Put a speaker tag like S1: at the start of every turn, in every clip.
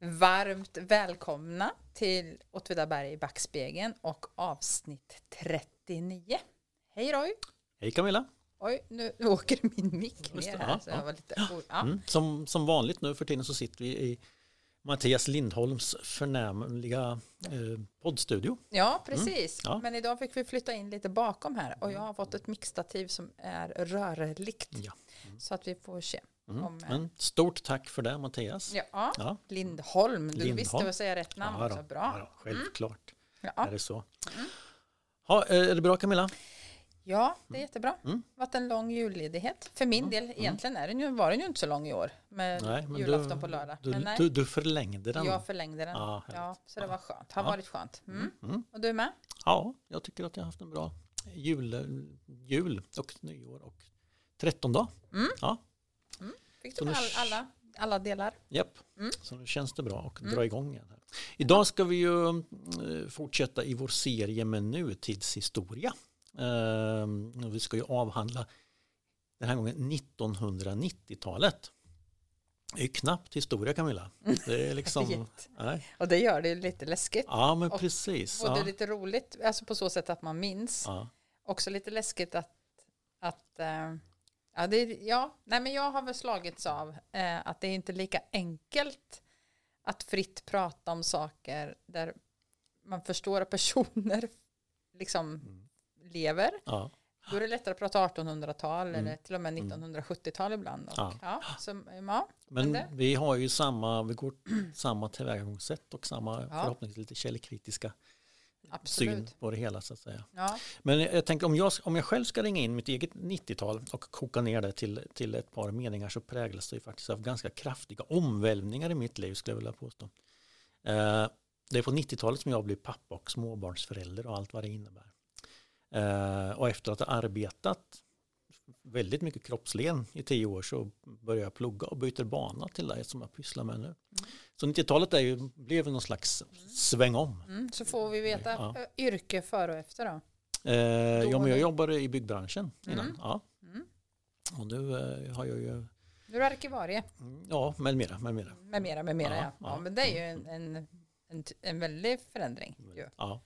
S1: Varmt välkomna till Åtvidaberg i backspegeln och avsnitt 39. Hej Roy.
S2: Hej Camilla.
S1: Oj, nu åker min mick ner här. Så jag var lite,
S2: Som vanligt nu för tiden så sitter vi i Mattias Lindholms förnämliga poddstudio.
S1: Ja, precis.
S2: Ja.
S1: Men idag fick vi flytta in lite bakom här och jag har fått ett mixtativ som är rörligt.
S2: Ja.
S1: Så att vi får se.
S2: Men stort tack för det Mattias.
S1: Ja. Lindholm. Du visste vad jag säga rätt namn också. Bra.
S2: Ja, självklart.
S1: Ja.
S2: Är det så. Ja, är det bra Camilla?
S1: Ja, det är jättebra. Det har varit en lång julledighet. För min del, egentligen var den ju inte så lång i år med julafton på lördag.
S2: Du förlängde den.
S1: Jag förlängde den. Ja, så det var skönt. Har varit skönt. Och du med?
S2: Ja, jag tycker att jag har haft en bra jul och nyår och 13 dag. Ja.
S1: Fick du med alla delar?
S2: Japp, så nu känns det bra att dra igång igen. Här. Idag ska vi ju fortsätta i vår serie med nutidshistoria. Vi ska ju avhandla den här gången 1990-talet. Det är ju knappt historia Camilla. Det är liksom, nej.
S1: Och det gör det lite läskigt.
S2: Ja, men precis.
S1: Och det är lite roligt, alltså på så sätt att man minns. Ja. Också lite läskigt men jag har väl slagits av att det är inte lika enkelt att fritt prata om saker där man förstår att personer liksom lever. Ja. Då är det lättare att prata 1800-tal eller till och med 1970-tal ibland.
S2: Men vi har ju vi går samma tillvägagångssätt och samma förhoppningsvis lite källkritiska syn på det hela så att säga. Ja. Men jag tänker om jag själv ska ringa in mitt eget 90-tal och koka ner det till ett par meningar så präglas det ju faktiskt av ganska kraftiga omvälvningar i mitt liv skulle jag vilja påstå. Det är på 90-talet som jag blev pappa och småbarnsförälder och allt vad det innebär. Och efter att ha arbetat väldigt mycket kroppsligen i 10 år så börjar jag plugga och byter bana till det som jag pysslar med nu. Så 90-talet blev någon slags sväng om.
S1: Så får vi veta yrke före och efter då?
S2: Men jag jobbade i byggbranschen innan. Ja. Och nu har jag ju...
S1: Nu är du arkivarie.
S2: Ja, med mera.
S1: Ja, men det är ju en väldig förändring.
S2: Ja.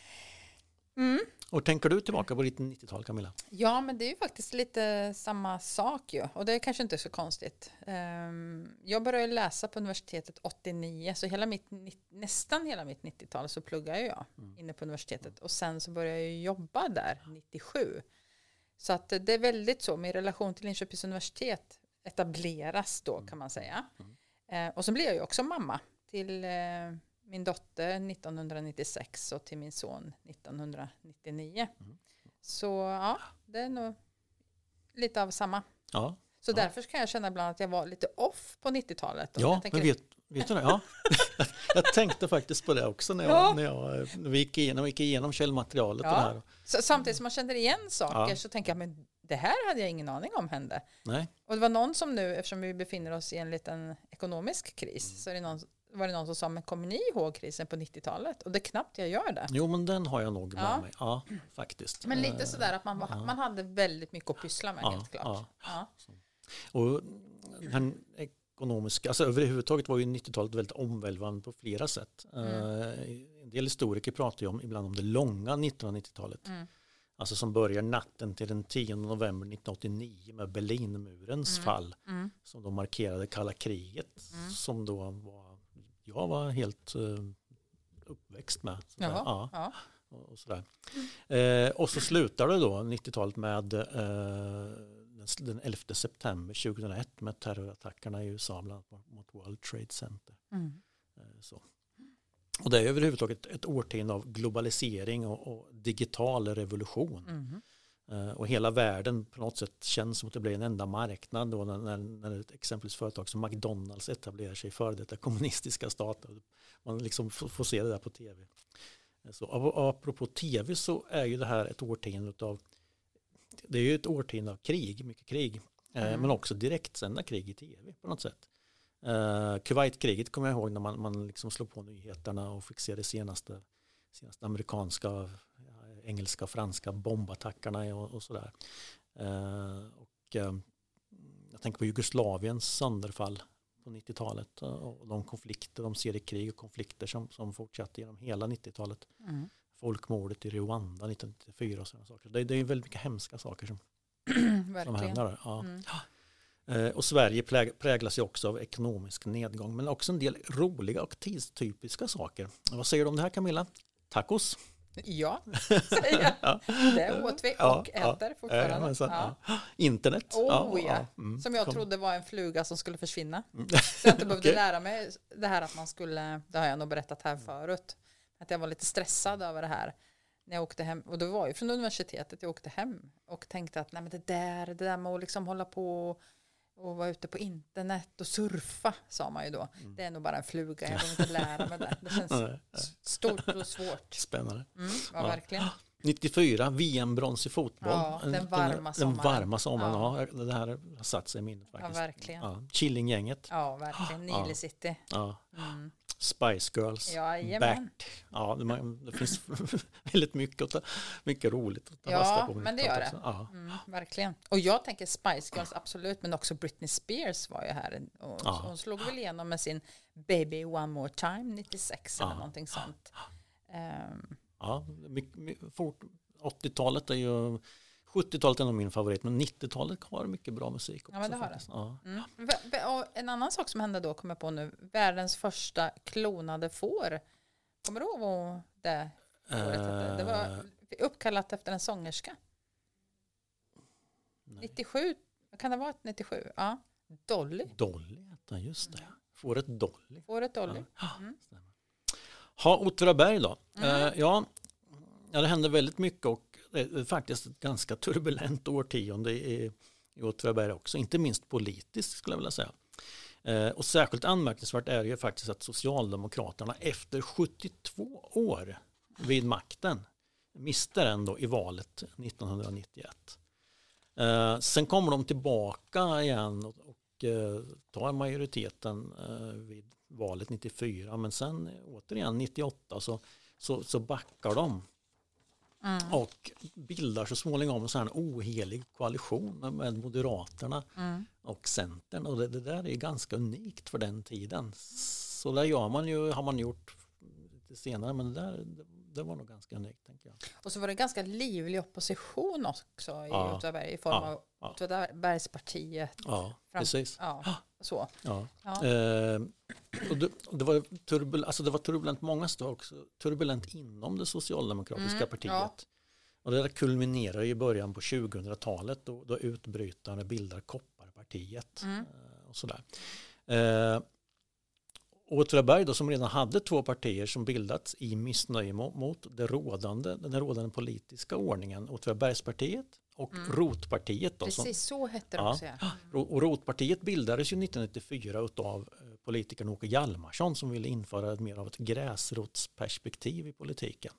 S2: Och tänker du tillbaka på ditt 90-tal Camilla?
S1: Ja, men det är ju faktiskt lite samma sak ju. Och det är kanske inte så konstigt. Jag började läsa på universitetet 89. Så nästan hela mitt 90-tal så pluggade jag inne på universitetet. Och sen så började jag jobba där 97. Så att det är väldigt så. Min relation till Linköpings universitet etableras då kan man säga. Och så blev jag ju också mamma till... min dotter 1996 och till min son 1999. Så ja, det är nog lite av samma. Ja. Så därför kan jag känna ibland att jag var lite off på 90-talet.
S2: Ja, men vet du det? Ja. Jag tänkte faktiskt på det också när vi gick igenom källmaterialet. Och det här.
S1: Så samtidigt som man känner igen saker så tänker jag, men det här hade jag ingen aning om hände.
S2: Nej.
S1: Och det var någon som nu, eftersom vi befinner oss i en liten ekonomisk kris, så är det var det någon som sa, men kommer ni ihåg krisen på 90-talet? Och det är knappt jag gör det.
S2: Jo, men den har jag nog med mig. Ja, faktiskt.
S1: Men lite sådär att man hade väldigt mycket att pyssla med, helt klart. Ja.
S2: Och den ekonomiska, alltså överhuvudtaget var ju 90-talet väldigt omvälvande på flera sätt. En del historiker pratar ju ibland om det långa 1990-talet. Alltså som börjar natten till den 10 november 1989 med Berlinmurens fall. Som då markerade kalla kriget. Som då jag var helt uppväxt med. Och sådär. Och så slutar det då 90-talet med den 11 september 2001 med terrorattackerna i USA bland annat mot World Trade Center. Så. Och det är överhuvudtaget ett årtionde av globalisering och digital revolution. Och hela världen på något sätt känns som att det blir en enda marknad då när ett exempelvis företag som McDonalds etablerar sig för detta kommunistiska stater. Man liksom får se det där på tv. Så, apropå tv så är ju det här ett årtionde det är ju ett årtionde av krig, mycket krig. Men också direktsända krig i tv på något sätt. Kuwaitkriget kommer jag ihåg när man liksom slog på nyheterna och fick se det senaste amerikanska, engelska och franska bombattackerna och sådär. Och jag tänker på Jugoslaviens sönderfall på 90-talet och de konflikter, de seriekrig och konflikter som fortsatte genom hela 90-talet. Folkmordet i Rwanda 1994 och sådana saker. Det är ju väldigt mycket hemska saker som händer där. Ja. Och Sverige präglas ju också av ekonomisk nedgång, men också en del roliga och tidstypiska saker. Vad säger du om det här, Camilla? Tacos?
S1: Ja, säger jag. Det åt vi och äter fortfarande.
S2: Internet.
S1: Som jag trodde var en fluga som skulle försvinna. Så jag inte behövde lära mig det här att man skulle, det har jag nog berättat här förut, att jag var lite stressad över det här när jag åkte hem. Och det var ju från universitetet jag åkte hem och tänkte att nej, men det där med att liksom hålla på och vara ute på internet och surfa, sa man ju då. Det är nog bara en fluga, jag behöver inte lära mig det. Det känns stort och svårt.
S2: Spännande.
S1: Verkligen.
S2: 94, VM-brons i fotboll.
S1: Ja, den varma sommaren.
S2: Ja, det här har satt sig i minnet faktiskt.
S1: Ja, verkligen.
S2: Ja, Killinggänget.
S1: Ja, verkligen. Nile City.
S2: Ja. Spice Girls.
S1: Ja,
S2: Bert. Ja, det finns väldigt mycket roligt att ta fasta på.
S1: Ja, men det gör det. Verkligen. Och jag tänker Spice Girls absolut, men också Britney Spears var ju här. Och hon slog väl igenom med sin Baby One More Time 96 eller någonting sånt.
S2: Ja, 80-talet är ju... 70-talet är nog min favorit, men 90-talet har mycket bra musik också.
S1: Ja, men det har det. Ja. Och en annan sak som hände då, kommer jag på nu, världens första klonade får. Kommer du ihåg vad det året? Det var uppkallat efter en sångerska. Nej. 97, kan det vara ett 97? Ja. Dolly.
S2: Dolly, just det. Fåret Dolly. Åtvidaberg då. Ja, det hände väldigt mycket och det är faktiskt ett ganska turbulent årtionde i Åtvidaberg också. Inte minst politiskt skulle jag vilja säga. Och särskilt anmärkningsvärt är ju faktiskt att Socialdemokraterna efter 72 år vid makten miste den då i valet 1991. Sen kommer de tillbaka igen och tar majoriteten vid valet 94. Men sen återigen 98 så backar de. Och bildar så småningom en sån här ohelig koalition med Moderaterna och Centern. Och det där är ganska unikt för den tiden. Så där har man gjort lite senare, men det var nog ganska unikt, tänker jag. Och
S1: så var det ganska livlig opposition också i Åtvidaberg i form av Åtvidabergspartiet.
S2: Ja, precis.
S1: Så.
S2: Ja. Och det var turbulent många steg också. Turbulent inom det socialdemokratiska partiet. Och det där kulminerar i början på 2000-talet då utbrytarna bildar Kopparpartiet och sådär. Åtvidaberg då, som redan hade 2 partier som bildats i missnöje mot den rådande politiska ordningen, Åtvidabergspartiet och Rotpartiet. Då,
S1: precis, så hette det också.
S2: Och Rotpartiet bildades ju 1994 av politikern Åke Hjalmarsson som ville införa mer av ett gräsrotsperspektiv i politiken.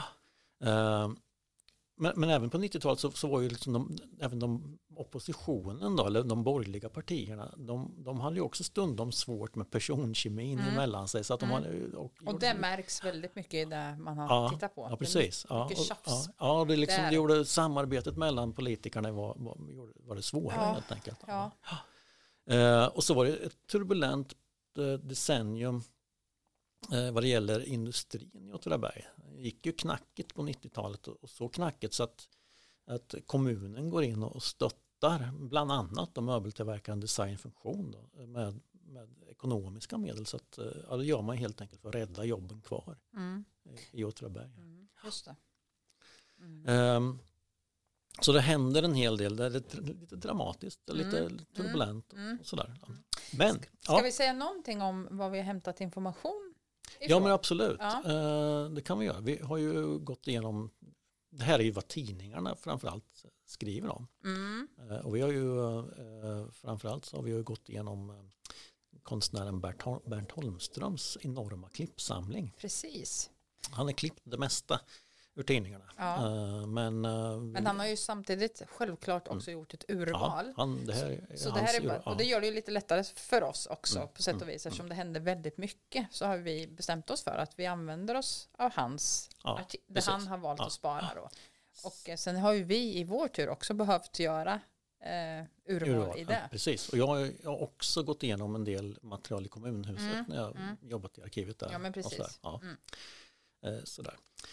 S2: Men även på 90-talet så var ju liksom även oppositionen då, eller de borgerliga partierna, de hade ju också stundom svårt med personkemin emellan sig. Så att
S1: och det märks väldigt mycket i det man har tittat på.
S2: Ja, precis. Det gjorde samarbetet mellan politikerna var det svårare helt enkelt. Och så var det ett turbulent decennium vad det gäller industrin i Åtvidaberg. Det gick ju knackigt på 90-talet och så knackigt så att kommunen går in och stöttar bland annat de möbeltillverkande designfunktion då, med ekonomiska medel. Så att det gör man helt enkelt för att rädda jobben kvar i Åtvidaberg.
S1: Just
S2: det. Så det händer en hel del. Det är lite dramatiskt, lite turbulent och sådär. Men,
S1: ska vi säga någonting om vad vi har hämtat information ifrån?
S2: Ja, men absolut. Det kan vi göra. Vi har ju gått igenom, det här är ju vad tidningarna framförallt skriver om. Och vi har ju framförallt så har vi ju gått igenom konstnären Bernt Holmströms enorma klippsamling.
S1: Precis.
S2: Han har klippt det mesta ur tidningarna. Men
S1: han har ju samtidigt självklart också gjort ett urval.
S2: Det
S1: här och det gör det ju lite lättare för oss också på sätt och vis. Eftersom det händer väldigt mycket så har vi bestämt oss för att vi använder oss av hans det han har valt att spara då. Och sen har ju vi i vår tur också behövt göra urval i det.
S2: Ja, precis, och jag har också gått igenom en del material i kommunhuset när jag jobbat i arkivet där.
S1: Ja, men precis.
S2: Sådär.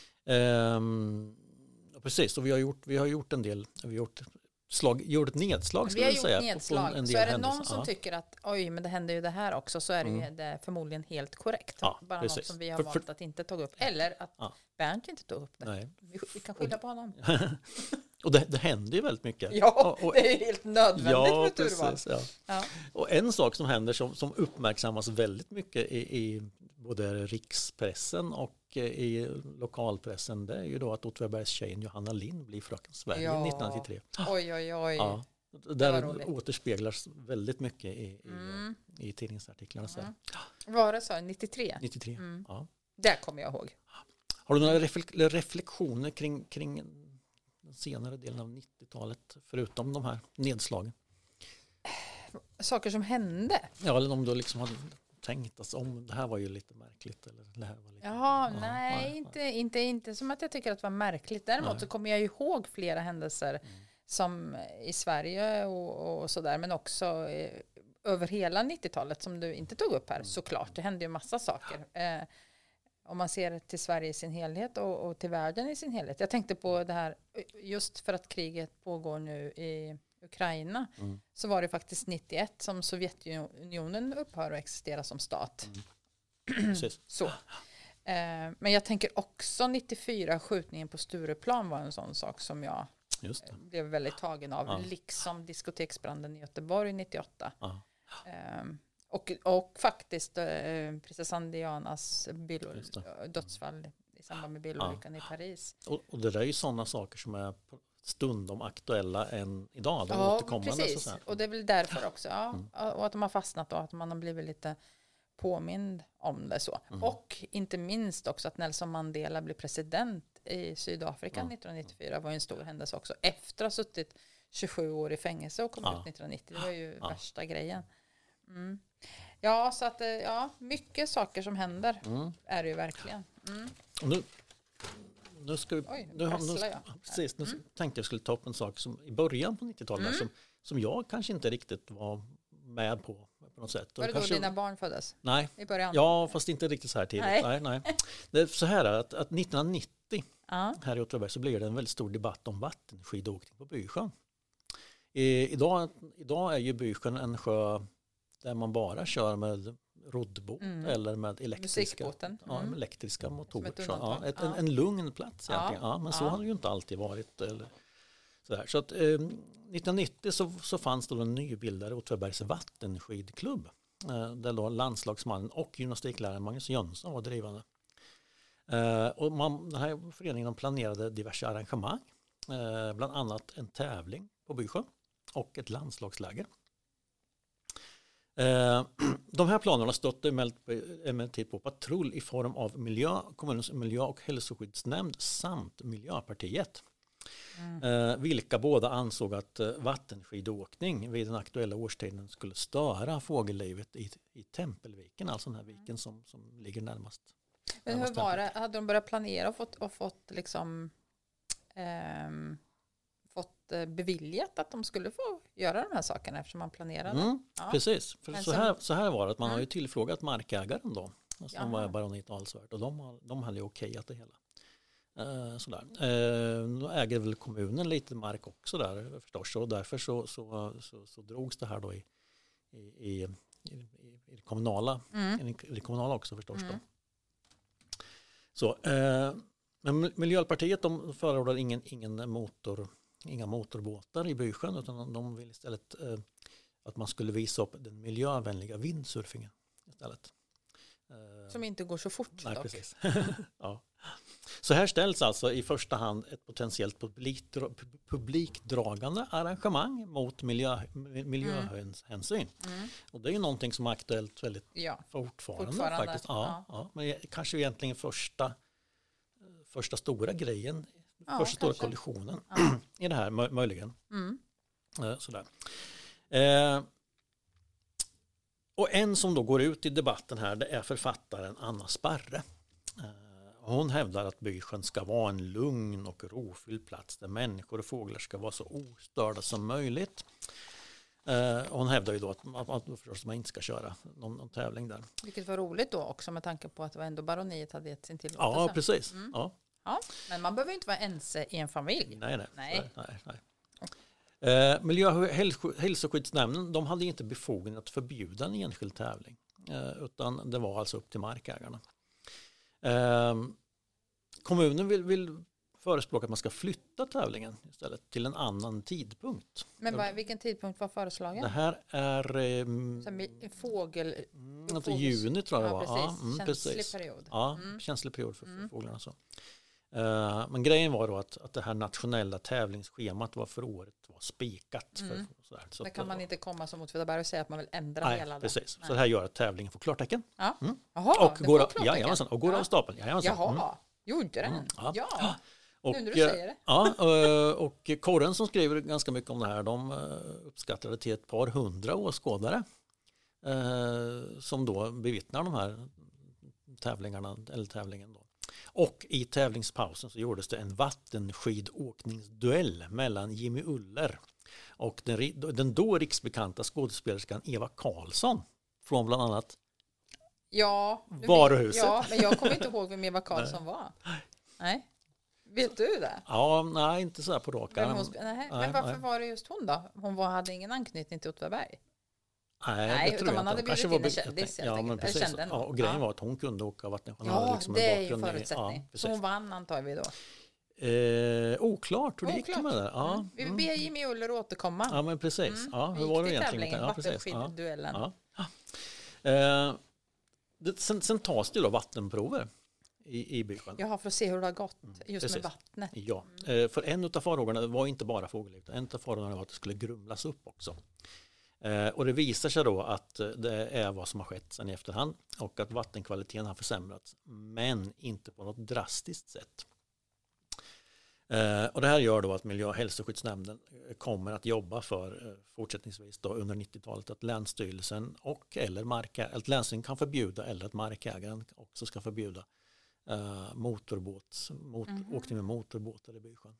S2: Precis, och vi har gjort en del, gjort ett nedslag, skulle jag säga.
S1: Nedslag. På en del så är det någon som tycker att oj, men det händer ju det här också, så är det ju det förmodligen helt korrekt. Bara precis. Något som vi har valt att inte ta upp. Eller att Bernt inte tog upp det.
S2: Nej.
S1: Vi kan skylla på honom.
S2: Och det händer ju väldigt mycket.
S1: Ja, det är helt nödvändigt med turval.
S2: Precis, Och en sak som händer som uppmärksammas väldigt mycket i både rikspressen och i lokalpressen, det är ju då att Åtvidabergs tjejen Johanna Lind blir fröken Sverige 1993.
S1: Oj.
S2: Ja, där återspeglas väldigt mycket i tidningsartiklarna.
S1: Var det så? 93?
S2: 93, ja.
S1: Det kommer jag ihåg.
S2: Har du några reflektioner kring den senare delen av 90-talet, förutom de här nedslagen?
S1: Saker som hände?
S2: Ja, eller om du liksom hade tänkt att om det här var ju lite märkligt. Eller det här var lite,
S1: nej, inte som att jag tycker att det var märkligt. Däremot så kommer jag ihåg flera händelser som i Sverige och sådär, men också över hela 90-talet som du inte tog upp här, såklart. Det hände ju massa saker. Om man ser till Sverige i sin helhet och till världen i sin helhet. Jag tänkte på det här, just för att kriget pågår nu i Ukraina, så var det faktiskt 91 som Sovjetunionen upphör att existera som stat. Så. Men jag tänker också 94, skjutningen på Stureplan var en sån sak som jag blev väldigt tagen av. Liksom diskoteksbranden i Göteborg 98. Och faktiskt prinsessan Dianas dödsfall i samband med bilolyckan i Paris.
S2: Och det där är ju sådana saker som är stundom aktuella än idag. Återkommande,
S1: precis. Och det är väl därför också. Och att de har fastnat och att man har blivit lite påmind om det så. Och inte minst också att Nelson Mandela blev president i Sydafrika 1994 var en stor händelse också. Efter att ha suttit 27 år i fängelse och kom ut 1990. Det var ju värsta grejen. Ja, så att mycket saker som händer är det ju verkligen.
S2: Och nu ska vi, nu tänkte jag skulle ta upp en sak som i början på 90-talet som jag kanske inte riktigt var med på något sätt.
S1: Var det då dina barn föddes?
S2: Nej.
S1: I början?
S2: Ja, fast inte riktigt så här tidigt. Nej. Det är så här att 1990 här i Åtvidaberg så blev det en väldigt stor debatt om vattenskidåkning på Bysjön. Idag är ju Bysjön en sjö där man bara kör med roddbåt eller med elektriska motorer. En lugn plats egentligen. Men så har det ju inte alltid varit. Så att 1990 så fanns det en nybildare Åtvidabergs vattenskidklubb där då landslagsmannen och gymnastikläraren Magnus Jönsson var drivande. Och den här föreningen planerade diverse arrangemang, bland annat en tävling på Bysjön och ett landslagsläger. De här planerna stötte emellertid på patrull i form av kommunens miljö- och hälsoskyddsnämnd samt Miljöpartiet. Vilka båda ansåg att vattenskidåkning vid den aktuella årstiden skulle störa fågellivet i Tempelviken, alltså den här viken som ligger närmast.
S1: Men hur var det? Hade de börjat planera och fått liksom fått beviljat att de skulle få göra de här sakerna eftersom man planerade?
S2: Precis, för så här var det att man har ju tillfrågat markägaren då som var baronit Alsvärd och de hade ju okejat det hela. Sådär. Då äger väl kommunen lite mark också där förstås och därför så drogs det här då i det kommunala också förstås då. Så, men Miljöpartiet de förordar inga motorbåtar i Bysjön utan de vill istället att man skulle visa upp den miljövänliga vindsurfingen istället.
S1: Som inte går så fort.
S2: Nej, precis. Ja. Så här ställs alltså i första hand ett potentiellt publikdragande arrangemang mot miljöhänsyn. Och det är ju någonting som är aktuellt väldigt fortfarande. Faktiskt. Ja. Men kanske egentligen första stora grejen, första stora kollisionen i det här möjligen. Sådär. Och en som då går ut i debatten här det är författaren Anna Sparre. Hon hävdar att Bysjön ska vara en lugn och rofylld plats där människor och fåglar ska vara så ostörda som möjligt. Hon hävdar ju då att man inte ska köra någon tävling där.
S1: Vilket var roligt då också med tanke på att det var ändå baroniet hade gett sin tillåtelse.
S2: Ja, precis.
S1: Ja, men man behöver inte vara ense i en familj.
S2: Nej. Miljö- och hälsoskyddsnämnden, de hade inte befogenhet att förbjuda en enskild tävling. Utan det var alltså upp till markägarna. Kommunen vill förespråka att man ska flytta tävlingen istället till en annan tidpunkt.
S1: Men vilken tidpunkt var föreslagen?
S2: Det här är juni tror jag det var.
S1: Känslig period.
S2: Ja, känslig period för fåglarna. Så. Men grejen var då att det här nationella tävlingsschemat var för året var spikat.
S1: Så det kan man inte komma som Åtvidaberg och säga att man vill ändra hela det.
S2: Precis. Så det här gör att tävlingen får klartecken.
S1: Ja.
S2: Jaha, och går av stapeln.
S1: Jaha, gjorde den? Ja.
S2: Och,
S1: nu när du säger det.
S2: Ja, och Korren som skriver ganska mycket om det här, de uppskattade till ett par hundra åskådare som då bevittnar de här tävlingen då. Och i tävlingspausen så gjordes det en vattenskidåkningsduell mellan Jimmy Uller och den då riksbekanta skådespelerskan Eva Karlsson från bland annat Varuhuset.
S1: Ja, men jag kommer inte ihåg vem Eva Karlsson var. Nej. Vet du det?
S2: Ja, nej, inte så här på rak arm.
S1: Men varför var det just hon då? Hon hade ingen anknytning till Åtvidaberg.
S2: Nej,
S1: utan man hade bjudit in en kändis.
S2: Men precis. Och grejen var att hon kunde åka vatten.
S1: Ja, det är ju förutsättning. Så hon vann antar vi då.
S2: Oklart hur det gick med det. Ja.
S1: Vi ber Jimmy Uller återkomma.
S2: Ja, men precis. Ja, hur var det egentligen?
S1: Vattenskidduellen.
S2: Sen tas det då vattenprover i Bysjön.
S1: Jaha, för att se hur det har gått just med vattnet.
S2: Ja, för en av farhågorna var inte bara fågelliv. En av farhågorna var att det skulle grumlas upp också. Och det visar sig då att det är vad som har skett sen i efterhand och att vattenkvaliteten har försämrats men inte på något drastiskt sätt. Och det här gör då att Miljö- och hälsoskyddsnämnden kommer att jobba för fortsättningsvis då under 90-talet att länsstyrelsen att länsstyrelsen kan förbjuda eller att markägaren också ska förbjuda åkning med motorbåtar i Bysjön.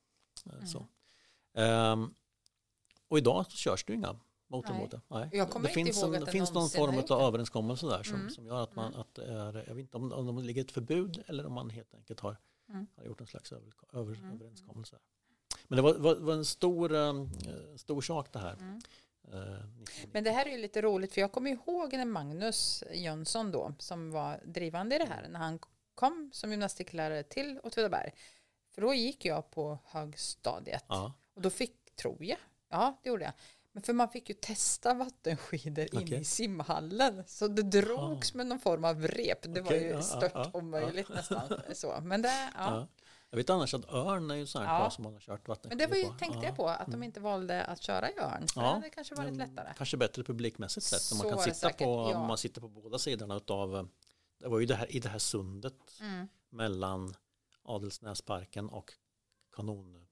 S2: Och idag så körs det ju inga motorbåtar. Nej.
S1: Det
S2: finns någon form av överenskommelse där som gör att man jag vet inte om det ligger ett förbud eller om man helt enkelt har gjort en slags överenskommelse. Men det var en stor sak det här.
S1: Men det här är ju lite roligt för jag kommer ihåg när Magnus Jönsson då som var drivande i det här när han kom som gymnastiklärare till Åtvidaberg. För då gick jag på högstadiet och då tror jag, det gjorde jag. Men för man fick ju testa vattenskidor inne i simhallen. Så det drogs med någon form av rep. Det var ju stört omöjligt nästan. Så. Men det,
S2: Jag vet annars att örn är ju så här som man har kört vattenskidor.
S1: Men det tänkte jag på att de inte valde att köra i örn. För det kanske var lite lättare.
S2: Kanske bättre publikmässigt sett. Så man kan man sitter på båda sidorna utav. Det var ju det här i det här sundet mellan Adelsnäsparken och Kanonkullen.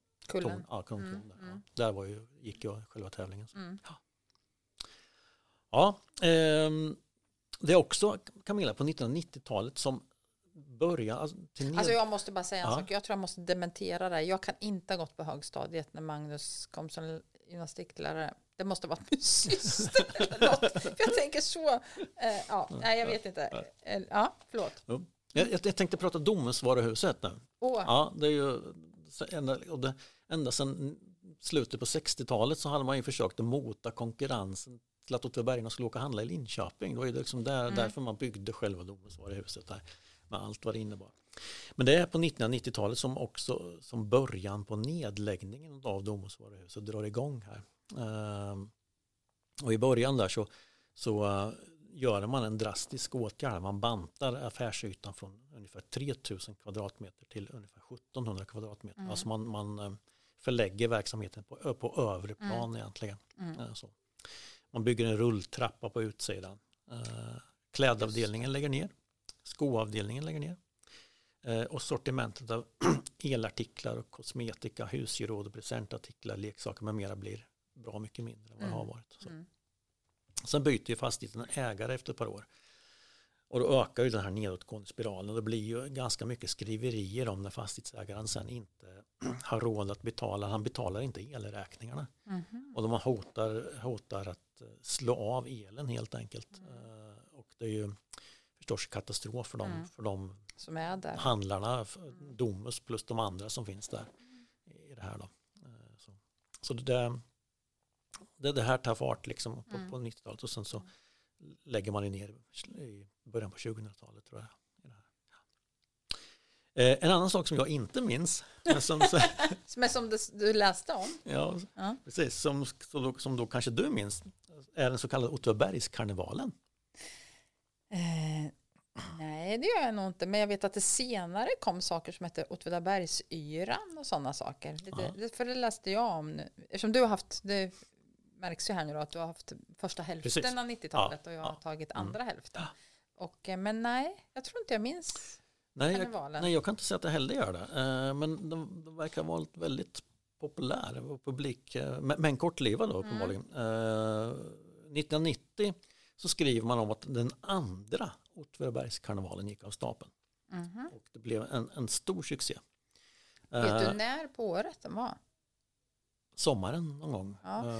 S2: Där gick ju själva tävlingen. Det är också Camilla på 1990-talet som började
S1: alltså jag måste bara säga en sak. Jag tror jag måste dementera det. Jag kan inte ha gått på högstadiet när Magnus kom som gymnastiklärare. Det måste ha varit min syster eller något. För jag tänker så nej jag vet inte. Förlåt.
S2: Jag tänkte prata Domus Varuhuset nu. Det är ju ända sedan slutet på 60-talet så hade man ju försökt att mota konkurrensen till att Åtvidabergarna skulle åka och handla i Linköping. Det var ju liksom därför man byggde själva Domus Varuhuset där med allt vad det innebar. Men det är på 1990-talet som också som början på nedläggningen av Domus Varuhuset drar igång här. Och i början där så gör man en drastisk åtgärd. Man bantar affärsytan från ungefär 3000 kvadratmeter till ungefär 1700 kvadratmeter. Alltså man förlägger verksamheten på övre plan egentligen. Så. Man bygger en rulltrappa på utsidan. Klädavdelningen lägger ner. Skoavdelningen lägger ner. Och sortimentet av elartiklar och kosmetika, husgeråd, presentartiklar, leksaker med mera blir bra mycket mindre än vad det har varit. Så. Sen byter ju fastigheten ägare efter ett par år. Och då ökar ju den här nedåtgående spiralen och det blir ju ganska mycket skriverier om när fastighetsägaren sen inte har råd att betala. Han betalar inte elräkningarna. Och de hotar att slå av elen helt enkelt. Och det är ju förstås katastrof för de
S1: som är där.
S2: Handlarna, Domus plus de andra som finns där i det här då. Så det här tar fart liksom på 90-talet och sen så lägger man ner i början på 2000-talet tror jag. I det här. En annan sak som jag inte minns som
S1: du läste om.
S2: Ja. Precis, som då kanske du minns är den så kallade Åtvidabergskarnevalen.
S1: Nej, det gör jag nog inte. Men jag vet att det senare kom saker som heter Åtvidabergsyran och sådana saker. För det läste jag om nu. Eftersom du har haft, det märks ju här nu då, att du har haft första hälften av 90-talet och jag har tagit andra hälften. Men nej, jag tror inte jag minns karnevalen.
S2: Nej, jag kan inte säga att jag heller gör det. Men de verkar vara väldigt populär och publik. Men kortlivad då uppenbarligen. 1990 så skriver man om att den andra Åtvidabergskarnevalen gick av stapeln. Och det blev en stor succé.
S1: Vet du när på året den var?
S2: Sommaren någon gång.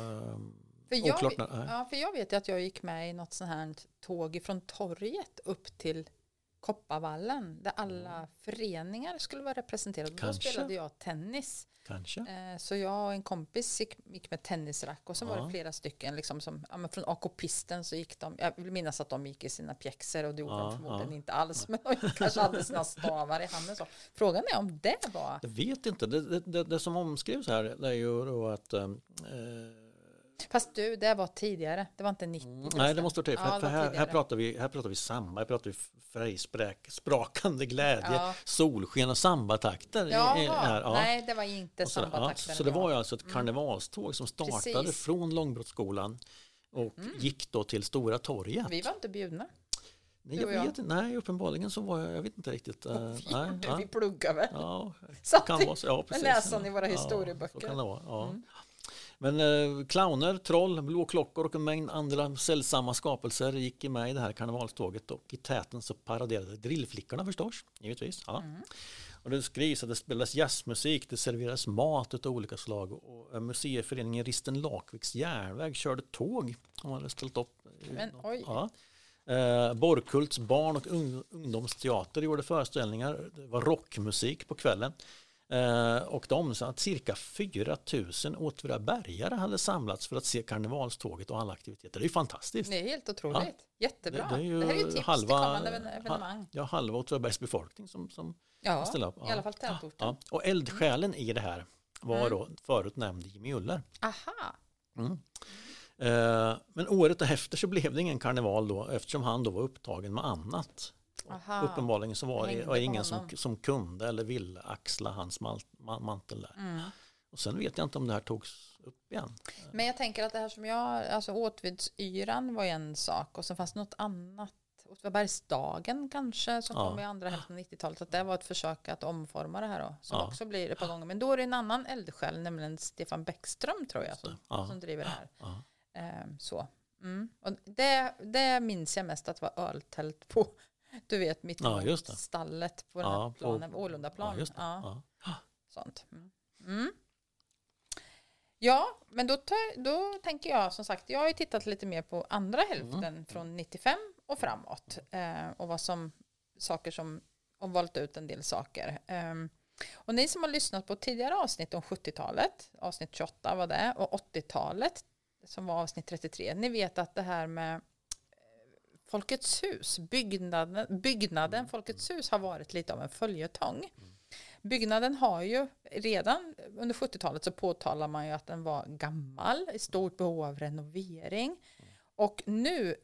S1: För jag vet att jag gick med i något sånt här tåg från torget upp till Kopparvallen där alla föreningar skulle vara representerade. Då spelade jag tennis.
S2: Kanske.
S1: Så jag och en kompis gick med tennisrack och så var det flera stycken liksom som, från AK-pisten så gick de, jag vill minnas att de gick i sina pjäxor och det gjorde de förmodligen inte alls, men de kanske hade sina stavar i handen. Så. Frågan är om det var...
S2: Jag vet inte, det som omskrivs här det är ju då att
S1: fast det var tidigare, det var inte 90.
S2: Nej, det måste vara tidigare. För här pratar vi samba, här pratar vi färgsprakande glädje, solsken och sambatakter.
S1: Nej, det var inte sambatakter.
S2: Så det var ju alltså ett karnevalståg som startade från Långbrottsskolan och gick då till Stora torget.
S1: Vi var inte bjudna.
S2: Nej, jag vet inte. Nej, uppenbarligen så var jag vet inte riktigt.
S1: Vi pluggar väl.
S2: Kan vara så.
S1: Precis. Läsan i våra historieböcker.
S2: Så kan det vara, Men clowner, troll, blåklockor och en mängd andra sällsamma skapelser gick med i det här karnevalståget och i täten så paraderade drillflickorna förstås, givetvis. Och det skrivs att det spelades jazzmusik, det serverades mat av olika slag och museiföreningen Risten Lakviks järnväg körde tåg. De hade ställt upp. Borkults barn- och ungdomsteater gjorde föreställningar. Det var rockmusik på kvällen. Och de sa att cirka 4 000 åtvidabergare hade samlats för att se karnevalståget och alla aktiviteter. Det är ju fantastiskt.
S1: Det är helt otroligt. Jättebra.
S2: Det här är ju tips till kommande evenemang. Halva Åtvidabergs befolkning som ställer upp.
S1: I alla fall tätorten.
S2: Och eldsjälen i det här var då förut nämnd Jimmy Uller.
S1: Aha.
S2: Men året efter så blev det ingen karneval då eftersom han då var upptagen med annat. Uppenbarligen så var det ingen som kunde eller ville axla hans mantel där. Och sen vet jag inte om det här togs upp igen.
S1: Men jag tänker att det här som Åtvidsyran var en sak och så fanns något annat. Åtvidabergsdagen kanske som kom i andra hälften av 90-talet. Att det var ett försök att omforma det här då. Som också blir ett par gånger. Men då är det en annan eldsjäl, nämligen Stefan Bäckström tror jag som driver det här. Och det minns jag mest att det var öltält på. Du vet, mitt stallet på den här planen, Ålundaplan. Sånt. Ja, men då tänker jag som sagt, jag har ju tittat lite mer på andra hälften från 95 och framåt. Och och valt ut en del saker. Och ni som har lyssnat på tidigare avsnitt om 70-talet, avsnitt 28 var det, och 80-talet som var avsnitt 33. Ni vet att det här med Folkets hus, byggnaden Folkets hus har varit lite av en följetong. Byggnaden har ju redan under 70-talet så påtalar man ju att den var gammal, i stort behov av renovering. Och nu...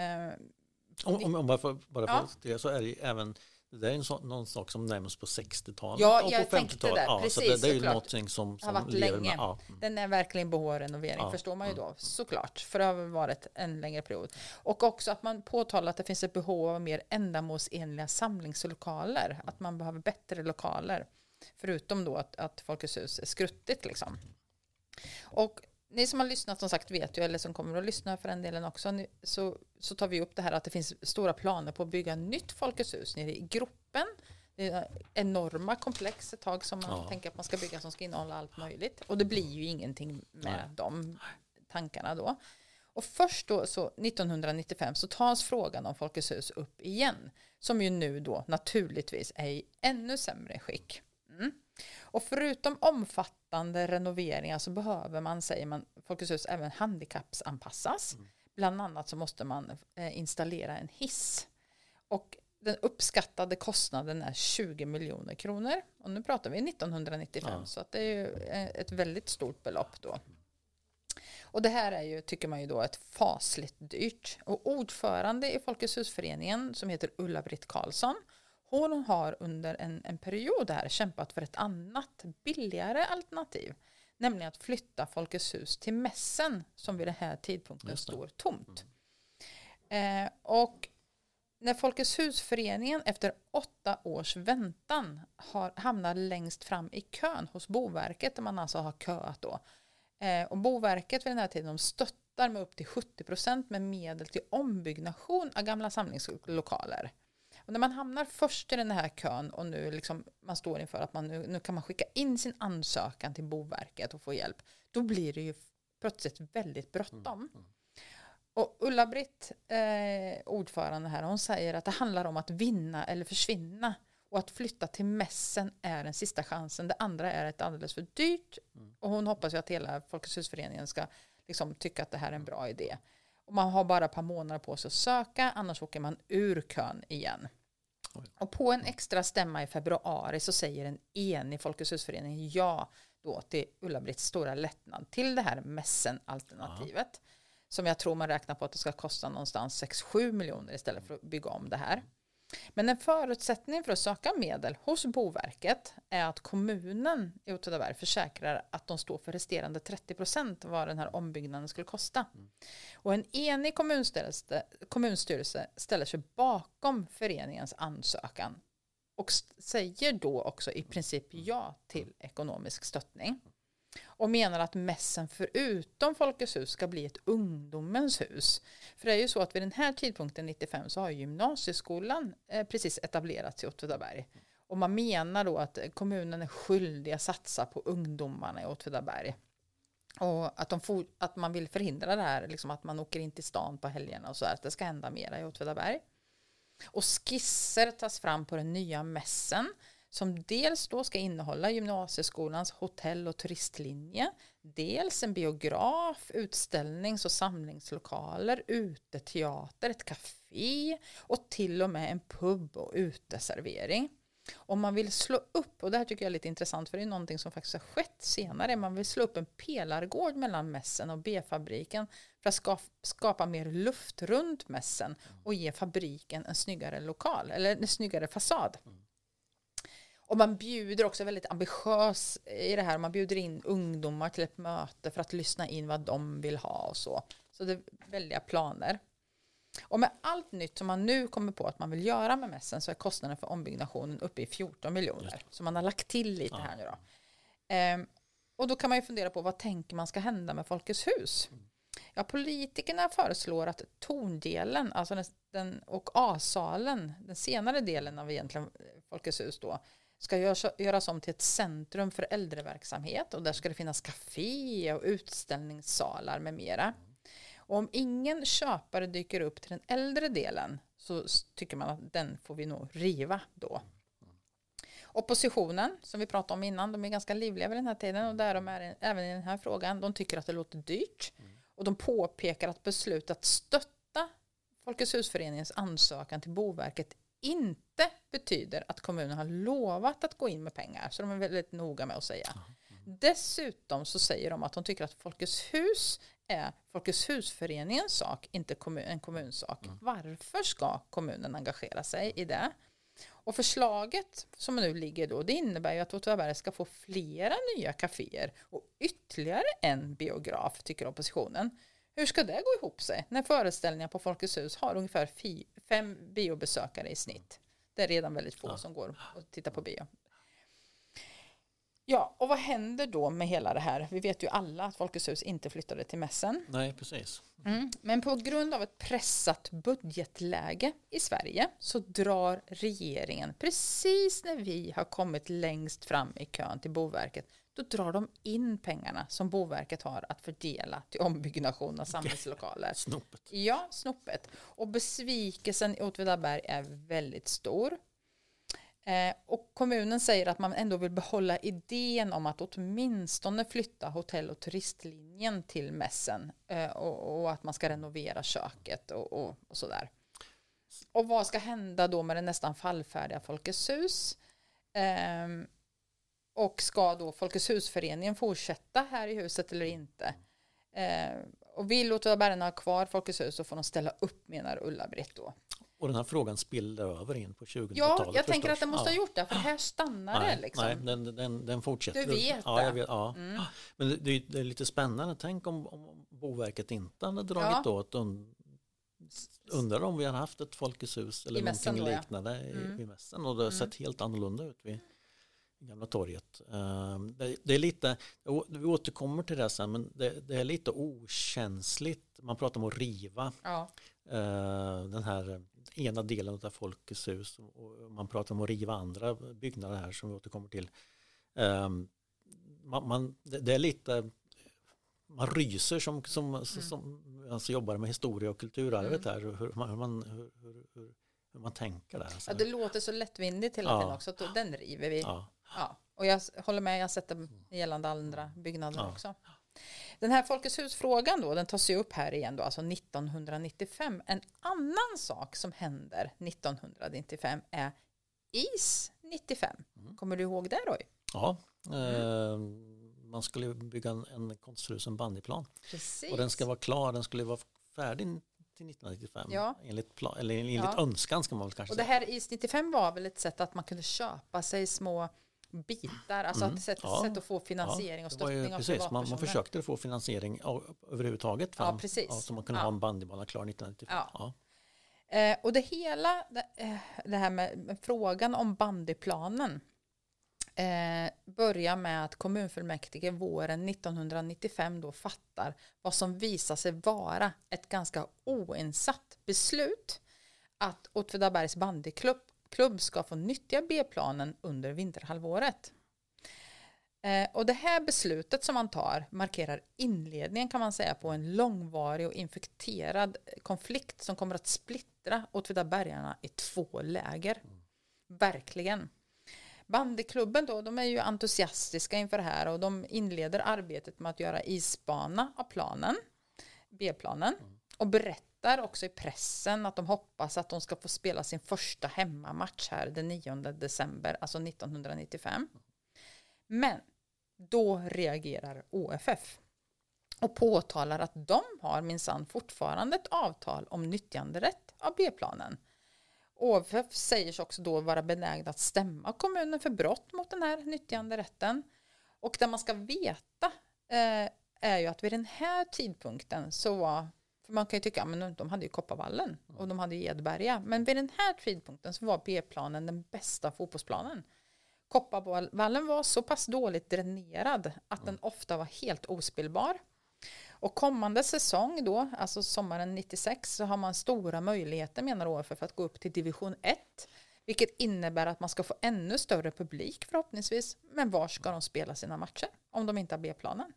S2: så är det även... Det är någon sak som nämns på 60-talet
S1: och på 50-talet.
S2: Ja, precis, det är ju någonting som
S1: har varit länge. Den är verkligen behov av renovering, förstår man ju då. Såklart, för det har varit en längre period. Och också att man påtalar att det finns ett behov av mer ändamålsenliga samlingslokaler. Att man behöver bättre lokaler. Förutom då att Folkets hus är skruttigt liksom. Och ni som har lyssnat som sagt vet ju, eller som kommer att lyssna för den delen också, så tar vi upp det här att det finns stora planer på att bygga nytt Folkets hus nere i Gropen. Det är enorma komplex ett tag som man tänker att man ska bygga som ska innehålla allt möjligt. Och det blir ju ingenting med de tankarna då. Och först då så 1995 så tas frågan om Folkets hus upp igen. Som ju nu då naturligtvis är i ännu sämre skick. Och förutom omfattande renoveringar så behöver man, säger man, Folkets hus även handikappsanpassas. Bland annat så måste man installera en hiss. Och den uppskattade kostnaden är 20 miljoner kronor. Och nu pratar vi 1995 så att det är ju ett väldigt stort belopp då. Och det här är ju, tycker man ju då, ett fasligt dyrt. Och ordförande i Folkets husföreningen som heter Ulla-Britt Karlsson, hon har under en period här kämpat för ett annat, billigare alternativ. Nämligen att flytta Folkets hus till mässen som vid den här tidpunkten står tomt. Och när Folkets husföreningen efter 8 års väntan hamnar längst fram i kön hos Boverket, där man alltså har köat då. Och Boverket vid den här tiden de stöttar med upp till 70% med medel till ombyggnation av gamla samlingslokaler. Och när man hamnar först i den här kön och nu liksom man står inför att man nu kan man skicka in sin ansökan till Boverket och få hjälp, då blir det ju plötsligt väldigt bråttom. Och Ulla-Britt, ordförande här, hon säger att det handlar om att vinna eller försvinna. Och att flytta till mässen är den sista chansen. Det andra är ett alldeles för dyrt. Och hon hoppas ju att hela Folkets husföreningen ska liksom tycka att det här är en bra idé. Och man har bara ett par månader på sig att söka. Annars åker man ur kön igen. Och på en extra stämma i februari så säger en enig Folkets husförening ja då till Ulla-Britts stora lättnad till det här mässen-alternativet. Som jag tror man räknar på att det ska kosta någonstans 6-7 miljoner istället för att bygga om det här. Men en förutsättning för att söka medel hos Boverket är att kommunen i Åtvidaberg försäkrar att de står för resterande 30% vad den här ombyggnaden skulle kosta. Och en enig kommunstyrelse ställer sig bakom föreningens ansökan och säger då också i princip ja till ekonomisk stöttning. Och menar att mässen förutom Folkets hus ska bli ett ungdomens hus. För det är ju så att vid den här tidpunkten 95 så har gymnasieskolan precis etablerats i Åtvidaberg. Och man menar då att kommunen är skyldig att satsa på ungdomarna i Åtvidaberg. Och att man vill förhindra det här, liksom att man åker in till stan på helgerna och så här, att det ska hända mera i Åtvidaberg. Och skisser tas fram på den nya mässen som dels då ska innehålla gymnasieskolans hotell- och turistlinje, dels en biograf, utställnings- och samlingslokaler, uteteater, ett café och till och med en pub och uteservering. Om man vill slå upp, och det här tycker jag är lite intressant för det är någonting som faktiskt har skett senare, man vill slå upp en pelargård mellan mässen och B-fabriken för att skapa mer luft runt mässen och ge fabriken en snyggare lokal eller en snyggare fasad. Och man bjuder också väldigt ambitiös i det här. Man bjuder in ungdomar till ett möte för att lyssna in vad de vill ha och så. Så det är väldiga planer. Och med allt nytt som man nu kommer på att man vill göra med mässen så är kostnaden för ombyggnationen uppe i 14 miljoner. Så man har lagt till lite här nu då. Och då kan man ju fundera på vad tänker man ska hända med Folkets hus? Ja, politikerna föreslår att tondelen, alltså och A-salen, den senare delen av egentligen Folkets hus då, ska göras om till ett centrum för äldreverksamhet och där ska det finnas café och utställningssalar med mera. Och om ingen köpare dyker upp till den äldre delen så tycker man att den får vi nog riva då. Oppositionen, som vi pratade om innan, de är ganska livliga vid den här tiden och där de är även i den här frågan. De tycker att det låter dyrt och de påpekar att beslut att stötta Folkets husföreningens ansökan till Boverket inte betyder att kommunen har lovat att gå in med pengar. Så de är väldigt noga med att säga. Dessutom så säger de att de tycker att Folkets hus är Folkets husföreningens sak, inte en kommunsak. Varför ska kommunen engagera sig i det? Och förslaget som nu ligger då, det innebär ju att Åtvidaberg ska få flera nya kaféer och ytterligare en biograf, tycker oppositionen. Hur ska det gå ihop sig när föreställningar på Folkets hus har ungefär 5 biobesökare i snitt? Det är redan väldigt få som går och tittar på bio. Ja, och vad händer då med hela det här? Vi vet ju alla att Folkets hus inte flyttade till mässen.
S2: Nej, precis.
S1: Men på grund av ett pressat budgetläge i Sverige så drar regeringen, precis när vi har kommit längst fram i kön till Boverket, då drar de in pengarna som Boverket har att fördela till ombyggnation av samhällslokaler.
S2: Snopet.
S1: Ja, snopet. Och besvikelsen i Åtvidaberg är väldigt stor. Och kommunen säger att man ändå vill behålla idén om att åtminstone flytta hotell- och turistlinjen till mässen och att man ska renovera köket och sådär. Och vad ska hända då med den nästan fallfärdiga Folkets hus? Och ska då Folkets husföreningen fortsätta här i huset eller inte? Och vill Åtvidabergarna ha kvar Folkets hus så får de ställa upp, menar Ulla-Britt då.
S2: Och den här frågan spiller över in på 2000-talet.
S1: Ja, jag tänker att den måste ha gjort det, för här stannar det liksom.
S2: Nej, den fortsätter.
S1: Du vet
S2: ja,
S1: det.
S2: jag vet, ja. Men det är lite spännande. Tänk om Boverket inte hade dragit åt. Undrar om vi har haft ett Folkets hus eller någonting liknande i mässen. Och det har sett helt annorlunda ut vid Gamla torget. Det är lite, vi återkommer till det sen, men det är lite okänsligt. Man pratar om att riva den här ena delen av Folkets hus och man pratar om att riva andra byggnader här som vi återkommer till. Det är lite, man ryser som alltså jobbar med historia och kulturarvet här, hur man tänker där.
S1: Ja, det låter så lättvindigt hela tiden också, att den river vi. Ja. Och jag håller med, jag har sett det gällande andra byggnader också. Den här Folkets hus-frågan då, den tas ju upp här igen då, alltså 1995. En annan sak som händer 1995 är IS 95. Kommer du ihåg det, Roy?
S2: Ja, man skulle bygga en konstfrusen bandyplan.
S1: Precis.
S2: Och den ska vara klar, den skulle vara färdig till 1995. Ja. Enligt önskan ska man väl kanske
S1: säga. Och det här IS 95 var väl ett sätt att man kunde köpa sig små bitar, alltså ett sätt att få finansiering och stöttning av privatpersoner.
S2: Man försökte få finansiering överhuvudtaget fram, så man kunde ha en bandybana klar 1995.
S1: Och det här med frågan om bandyplanen börjar med att kommunfullmäktige våren 1995 då fattar vad som visar sig vara ett ganska oinsatt beslut att Åtvidabergs bandyklubb ska få nyttja B-planen under vinterhalvåret. Och det här beslutet som man tar markerar inledningen, kan man säga, på en långvarig och infekterad konflikt som kommer att splittra Åtvidabergarna i 2 läger. Verkligen. Bandyklubben då, de är ju entusiastiska inför det här och de inleder arbetet med att göra isbana av planen, B-planen, och berättar också i pressen att de hoppas att de ska få spela sin första hemmamatch här den 9 december, alltså 1995. Men då reagerar OFF och påtalar att de har minsann fortfarande ett avtal om nyttjanderätt av B-planen. OFF säger sig också då vara benägna att stämma kommunen för brott mot den här nyttjanderätten. Och det man ska veta är ju att vid den här tidpunkten så var, för man kan ju tycka att de hade ju Kopparvallen och de hade Edberga, men vid den här tidpunkten så var B-planen den bästa fotbollsplanen. Kopparvallen var så pass dåligt dränerad att den ofta var helt ospillbar. Och kommande säsong då, alltså sommaren 96, så har man stora möjligheter, menar OFF, för att gå upp till division 1. Vilket innebär att man ska få ännu större publik förhoppningsvis. Men var ska de spela sina matcher om de inte har B-planen?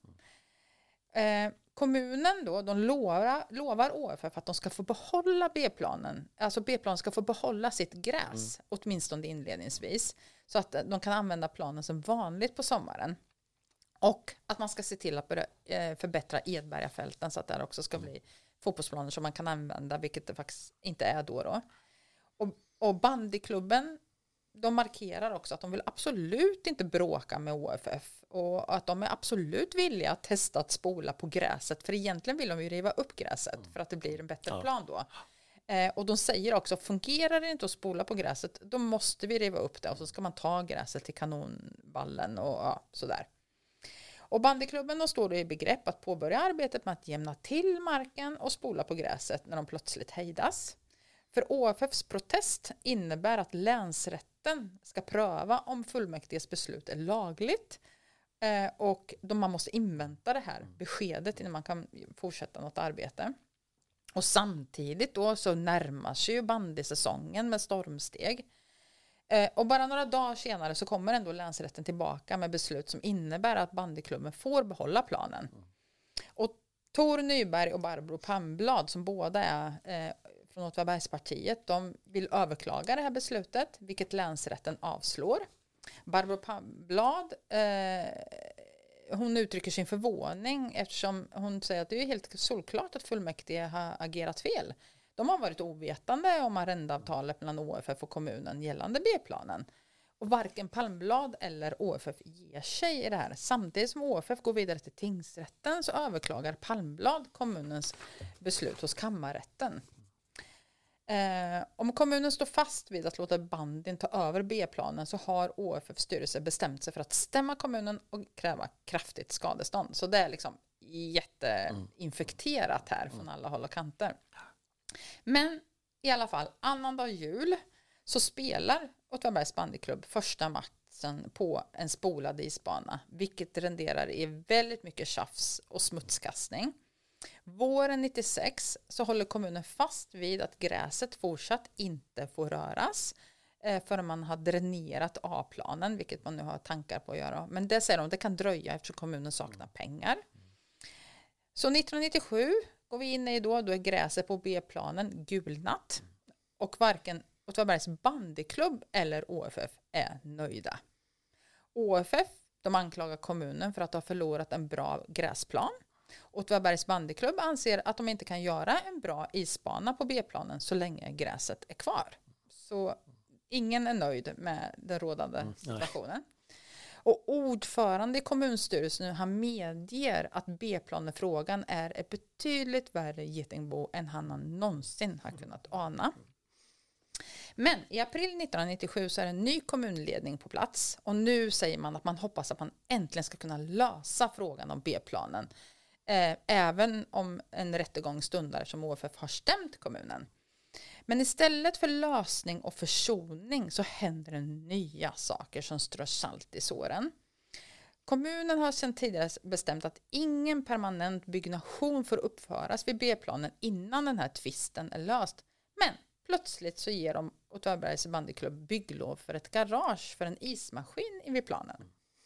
S1: Kommunen då, de lovar OFF att de ska få behålla B-planen. Alltså B-planen ska få behålla sitt gräs, åtminstone inledningsvis. Så att de kan använda planen som vanligt på sommaren. Och att man ska se till att förbättra Edbergafälten så att det också ska bli fotbollsplaner som man kan använda, vilket det faktiskt inte är då. Och bandyklubben, de markerar också att de vill absolut inte bråka med OFF och att de är absolut villiga att testa att spola på gräset, för egentligen vill de ju riva upp gräset för att det blir en bättre plan då. Och de säger också, fungerar det inte att spola på gräset, då måste vi riva upp det och så ska man ta gräset till kanonvallen och sådär. Och bandyklubben står då i begrepp att påbörja arbetet med att jämna till marken och spola på gräset när de plötsligt hejdas. För OFFs protest innebär att länsrätten ska pröva om fullmäktiges beslut är lagligt. Och man måste invänta det här beskedet innan man kan fortsätta något arbete. Och samtidigt då så närmar sig ju bandysäsongen med stormsteg. Och bara några dagar senare så kommer ändå länsrätten tillbaka med beslut som innebär att bandyklubben får behålla planen. Och Tor Nyberg och Barbro Palmblad, som båda är från Åtvidabergspartiet, de vill överklaga det här beslutet, vilket länsrätten avslår. Barbro Palmblad, hon uttrycker sin förvåning eftersom hon säger att det är helt solklart att fullmäktige har agerat fel. De har varit ovetande om arrendeavtalet mellan OFF och kommunen gällande B-planen. Och varken Palmblad eller OFF ger sig i det här. Samtidigt som OFF går vidare till tingsrätten så överklagar Palmblad kommunens beslut hos kammarrätten. Om kommunen står fast vid att låta bandyn ta över B-planen så har OFFs styrelse bestämt sig för att stämma kommunen och kräva kraftigt skadestånd. Så det är liksom jätteinfekterat här från alla håll och kanter. Men i alla fall, annandag jul så spelar Åtvidabergs bandyklubb första matchen på en spolad isbana, vilket renderar i väldigt mycket tjafs och smutskastning. Våren 96 så håller kommunen fast vid att gräset fortsatt inte får röras förrän man har dränerat A-planen, vilket man nu har tankar på att göra. Men det säger de, det kan dröja eftersom kommunen saknar pengar. Så 1997 går vi in i då är gräset på B-planen gulnat och varken Åtvidabergs bandyklubb eller OFF är nöjda. OFF, de anklagar kommunen för att ha förlorat en bra gräsplan. Åtvidabergs bandyklubb anser att de inte kan göra en bra isbana på B-planen så länge gräset är kvar. Så ingen är nöjd med den rådande situationen. Och ordförande i kommunstyrelsen han medger att B-planefrågan är ett betydligt värre getingbo än han någonsin har kunnat ana. Men i april 1997 så är en ny kommunledning på plats och nu säger man att man hoppas att man äntligen ska kunna lösa frågan om B-planen. Även om en rättegång stundar som OFF har stämt kommunen. Men istället för lösning och försoning så händer det nya saker som strör salt i såren. Kommunen har sedan tidigare bestämt att ingen permanent byggnation får uppföras vid B-planen innan den här tvisten är löst. Men plötsligt så ger de Åtvidabergs bandyklubb bygglov för ett garage för en ismaskin vid planen.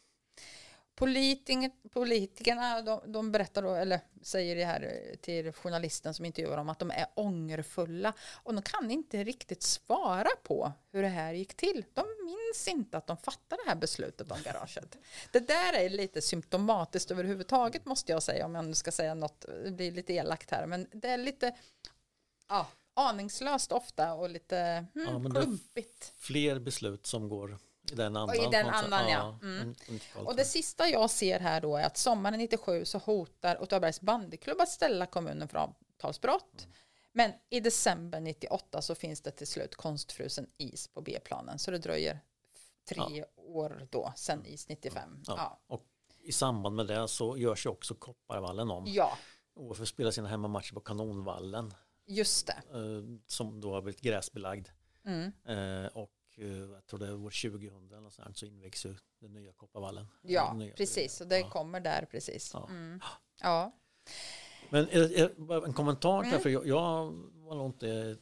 S1: Politikerna de berättar då, eller säger det här till journalisten som intervjuar dem att de är ångerfulla och de kan inte riktigt svara på hur det här gick till. De minns inte att de fattade det här beslutet om garaget. Det där är lite symptomatiskt överhuvudtaget måste jag säga, om jag nu ska säga något, det blir lite elakt här, men det är lite aningslöst ofta och lite klumpigt.
S2: Fler beslut som går i den andan.
S1: Och i den andan, ja. Och det sista jag ser här då är att sommaren 97 så hotar Åtvidabergs bandyklubb att ställa kommunen för avtalsbrott. Men i december 98 så finns det till slut konstfrusen is på B-planen. Så det dröjer 3 år då, sen is 95. Ja.
S2: Och i samband med det så görs ju också Kopparvallen om.
S1: Ja.
S2: OFF spelar sina hemmamatcher på Kanonvallen.
S1: Just det.
S2: Som då har blivit gräsbelagd. Och jag tror det är år 2000 eller så, så invägs ju den nya Kopparvallen.
S1: Ja, precis. Och det kommer där precis. Ja.
S2: Men en kommentar där, för jag var nog inte...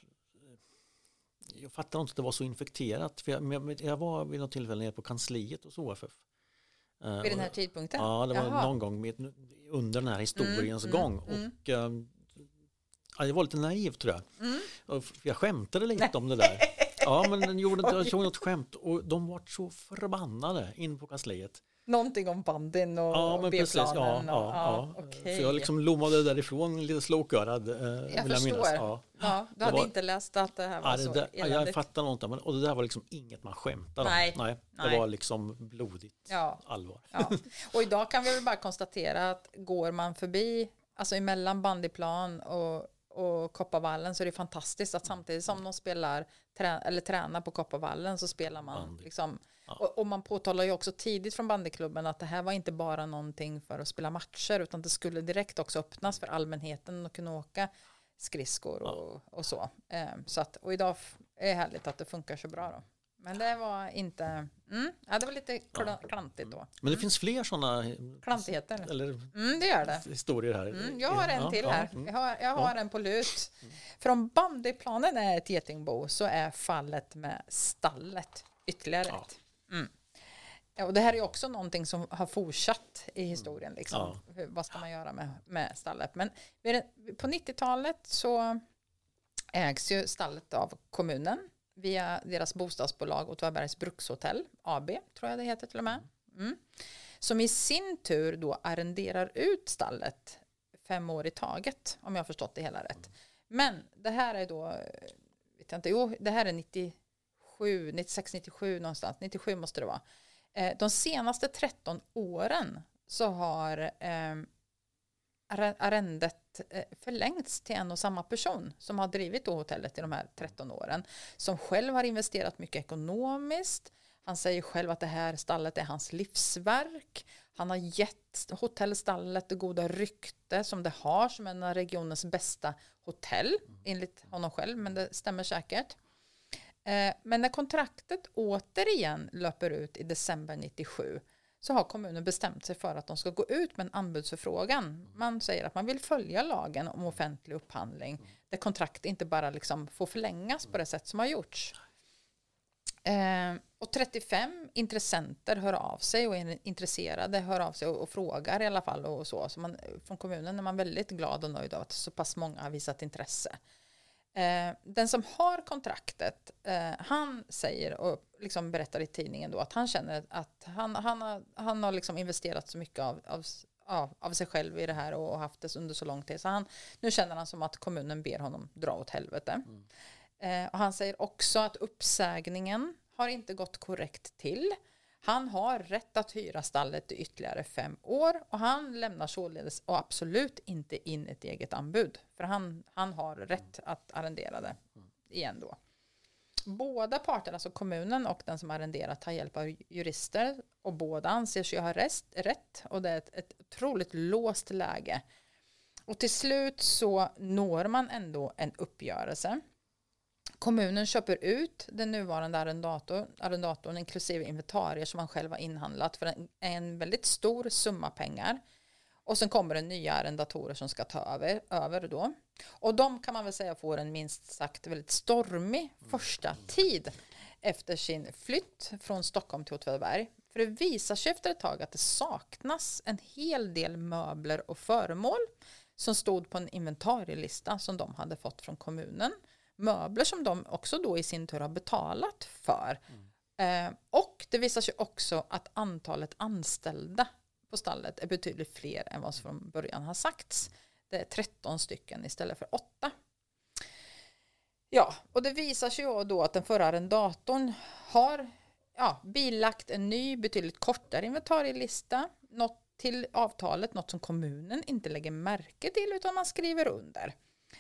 S2: Jag fattar inte att det var så infekterat. För jag var vid något tillfälle nere på kansliet hos OFF.
S1: Vid den här tidpunkten?
S2: Ja, det var någon gång under den här historiens gång. Och jag var lite naiv tror jag. Jag skämtade lite om det där. Ja, men den gjorde något skämt. Och de var så förbannade in på kansliet.
S1: Någonting om bandin och B-planen.
S2: Ja.
S1: Okay.
S2: Så jag liksom lommade därifrån lite slokörad.
S1: Jag förstår. Du hade inte läst att det här var så eländigt.
S2: Jag fattar något. Och det där var liksom inget man skämtade om. Nej. Det var liksom blodigt allvar.
S1: Ja. Och idag kan vi väl bara konstatera att går man förbi, alltså emellan bandyplan och Kopparvallen, så är det fantastiskt att samtidigt som de tränar på Kopparvallen så spelar man liksom, och man påtalar ju också tidigt från bandyklubben att det här var inte bara någonting för att spela matcher, utan det skulle direkt också öppnas för allmänheten att kunna åka skridskor och så. Så att, och idag är det härligt att det funkar så bra då. Men det var inte... det var lite klantigt då.
S2: Men det finns fler sådana...
S1: Klantigheter.
S2: Eller
S1: det gör det.
S2: Historier här.
S1: Jag har en till här. Jag har en på lut. Från bandyplanen är ett getingbo så är fallet med stallet ytterligare ett. Och det här är också någonting som har fortsatt i historien. Liksom. Vad ska man göra med stallet? Men på 90-talet så ägs ju stallet av kommunen via deras bostadsbolag Åtvidabergs brukshotell AB, tror jag det heter till och med. Som i sin tur då arrenderar ut stallet 5 år i taget, om jag har förstått det hela rätt. Men det här är då, vet jag inte, det här är 96, 97 någonstans, 97 måste det vara. De senaste 13 åren så har arrendet förlängts till en och samma person som har drivit då hotellet i de här 13 åren. Som själv har investerat mycket ekonomiskt. Han säger själv att det här stallet är hans livsverk. Han har gett hotellstallet det goda rykte som det har som en av regionens bästa hotell enligt honom själv, men det stämmer säkert. Men när kontraktet återigen löper ut i december 97 så har kommunen bestämt sig för att de ska gå ut med en anbudsförfrågan. Man säger att man vill följa lagen om offentlig upphandling där kontrakt inte bara liksom får förlängas på det sätt som har gjorts. Och 35 intressenter hör av sig och är intresserade, hör av sig och frågar i alla fall. Och så man, från kommunen är man väldigt glad och nöjd av att så pass många har visat intresse. Den som har kontraktet, han säger och liksom berättar i tidningen då att han känner att han har liksom investerat så mycket av sig själv i det här och haft det under så lång tid. Så nu känner han som att kommunen ber honom dra åt helvete. Och han säger också att uppsägningen har inte gått korrekt till. Han har rätt att hyra stallet i ytterligare 5 år och han lämnar således och absolut inte in ett eget anbud. För han har rätt att arrendera det igen då. Båda parterna, alltså kommunen och den som arrenderat, har hjälp av jurister och båda anser sig ha rätt och det är ett otroligt låst läge. Och till slut så når man ändå en uppgörelse. Kommunen köper ut den nuvarande arrendatorn inklusive inventarier som man själv har inhandlat för en väldigt stor summa pengar. Och sen kommer det nya arrendatorer som ska ta över då. Och de kan man väl säga får en minst sagt väldigt stormig första tid efter sin flytt från Stockholm till Åtvidaberg. För det visar sig efter ett tag att det saknas en hel del möbler och föremål som stod på en inventarielista som de hade fått från kommunen. Möbler som de också då i sin tur har betalat för. Och det visar sig också att antalet anställda på stallet är betydligt fler än vad som från början har sagts. Det är 13 stycken istället för 8. Ja, och det visar sig ju då att den förra arrendatorn har bilagt en ny betydligt kortare inventarielista. Något till avtalet, något som kommunen inte lägger märke till utan man skriver under.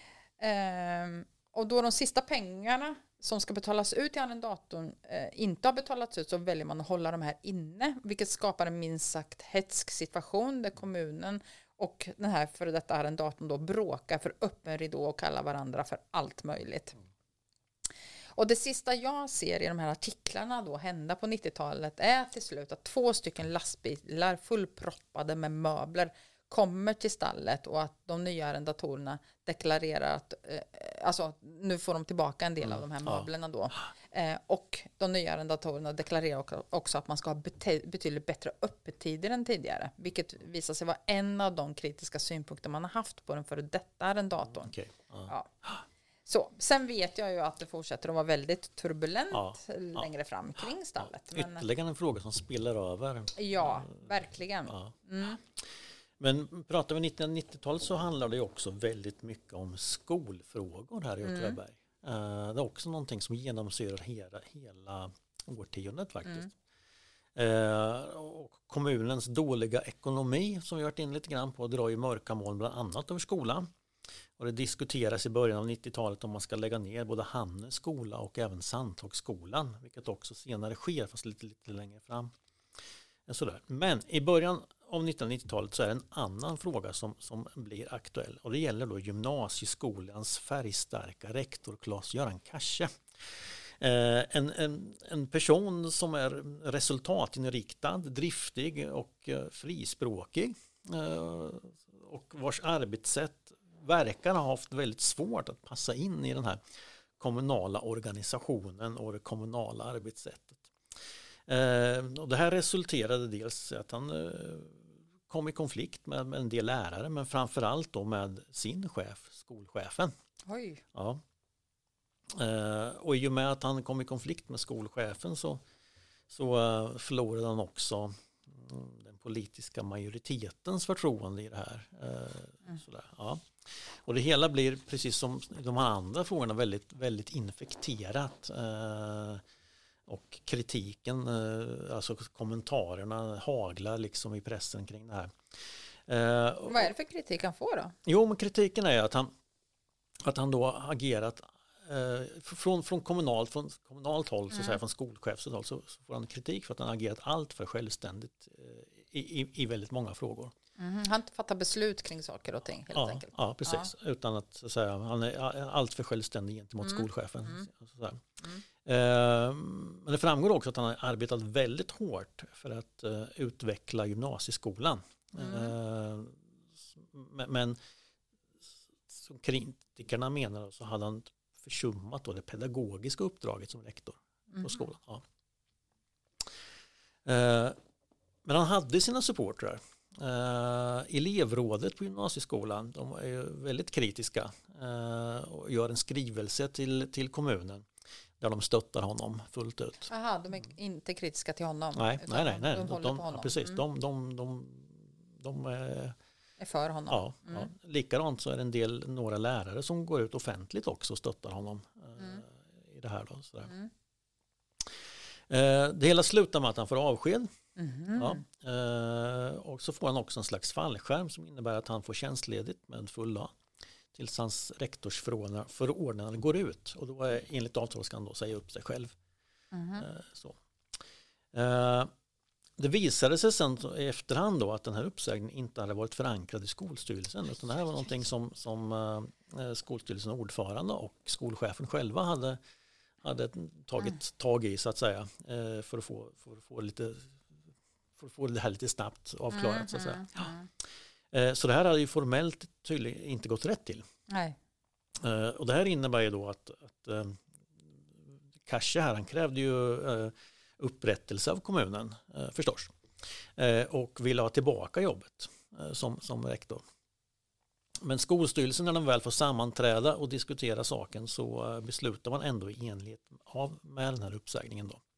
S1: Och då de sista pengarna som ska betalas ut till arrendatorn inte har betalats ut så väljer man att hålla de här inne. Vilket skapar en minst sagt hetsk situation där kommunen och den här före detta arrendatorn då bråkar för öppen ridå och kallar varandra för allt möjligt. Och det sista jag ser i de här artiklarna då hända på 90-talet är till slut att 2 stycken lastbilar fullproppade med möbler kommer till stallet och att de nya arrendatorerna deklarerar att alltså nu får de tillbaka en del av de här möblerna då. Och de nya arrendatorerna deklarerar också att man ska ha betydligt bättre öppettider än tidigare. Vilket visar sig vara en av de kritiska synpunkter man har haft på den före detta arrendatorn.
S2: Okay.
S1: Ja. Så, sen vet jag ju att det fortsätter att vara väldigt turbulent längre fram kring stallet.
S2: Men ytterligare en fråga som spelar över.
S1: Ja, verkligen.
S2: Men pratar vi 1990-talet så handlar det också väldigt mycket om skolfrågor här i Åtvidaberg. Det är också någonting som genomsyrar hela årtiondet faktiskt. Och kommunens dåliga ekonomi som vi har varit inne lite grann på drar ju mörka moln bland annat över skolan. Och det diskuteras i början av 90-talet om man ska lägga ner både Hamnes skola och även Sandhagsskolan, vilket också senare sker fast lite längre fram. Sådär. Men i början av 1990-talet så är det en annan fråga som blir aktuell och det gäller då gymnasieskolans färgstarka rektor Claes-Göran Kasche. En person som är resultatinriktad, driftig och frispråkig och vars arbetssätt verkar ha haft väldigt svårt att passa in i den här kommunala organisationen och det kommunala arbetssättet. Och det här resulterade dels i att han kom i konflikt med en del lärare, men framförallt då med sin chef, skolchefen.
S1: Oj.
S2: Ja. Och i och med att han kom i konflikt med skolchefen så förlorade han också den politiska majoritetens förtroende i det här. Sådär, ja. Och det hela blir, precis som de här andra frågorna, väldigt, väldigt infekterat. Och kritiken, alltså kommentarerna haglar liksom i pressen kring det här.
S1: Vad är det för kritik han får då?
S2: Jo, men kritiken är att han då agerat från kommunalt håll, så att säga, från skolchefshåll, så får han kritik för att han agerat allt för självständigt i väldigt många frågor.
S1: Han fattar beslut kring saker och ting helt enkelt.
S2: Ja, precis. Ja. Utan att, så att säga, han är allt för självständig gentemot skolchefen. Men det framgår också att han har arbetat väldigt hårt för att utveckla gymnasieskolan. Men som kritikerna menar så hade han försummat då det pedagogiska uppdraget som rektor på skolan. Ja. Men han hade sina supportrar. Elevrådet på gymnasieskolan, de är ju väldigt kritiska och gör en skrivelse till kommunen där de stöttar honom fullt ut.
S1: Aha, de är inte kritiska till honom?
S2: Nej.
S1: De håller på honom.
S2: Precis, de
S1: är för honom.
S2: Ja. Likadant så är det några lärare som går ut offentligt också och stöttar honom i det här. Då, sådär. Det hela slutar med att han får avsked. Ja. Och så får han också en slags fallskärm som innebär att han får tjänstledigt med full dag tills hans rektorsförordnande går ut. Och då är, enligt avtal ska han då säga upp sig själv. Det visade sig sen i efterhand då att den här uppsägningen inte hade varit förankrad i skolstyrelsen, utan det här var någonting som skolstyrelsen ordförande och skolchefen själva hade tagit tag i, så att säga, för att få det här lite snabbt avklarat, så att säga. Så det här hade ju formellt tydligen inte gått rätt till.
S1: Nej.
S2: Och det här innebär ju då att Kasche här, han krävde ju upprättelse av kommunen förstås, och ville ha tillbaka jobbet som rektor. Men skolstyrelsen, när de väl får sammanträda och diskutera saken, så beslutar man ändå i enlighet med den här uppsägningen då.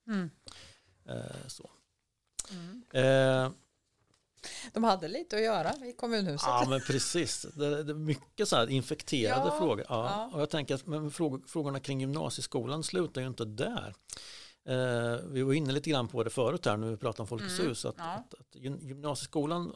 S1: De hade lite att göra i kommunhuset.
S2: Ja, men precis. Det är mycket så här infekterade frågor. Ja. Och jag tänker att frågorna kring gymnasieskolan slutar ju inte där. Vi var inne lite grann på det förut här när vi pratade om Folkets hus. Att gymnasieskolan,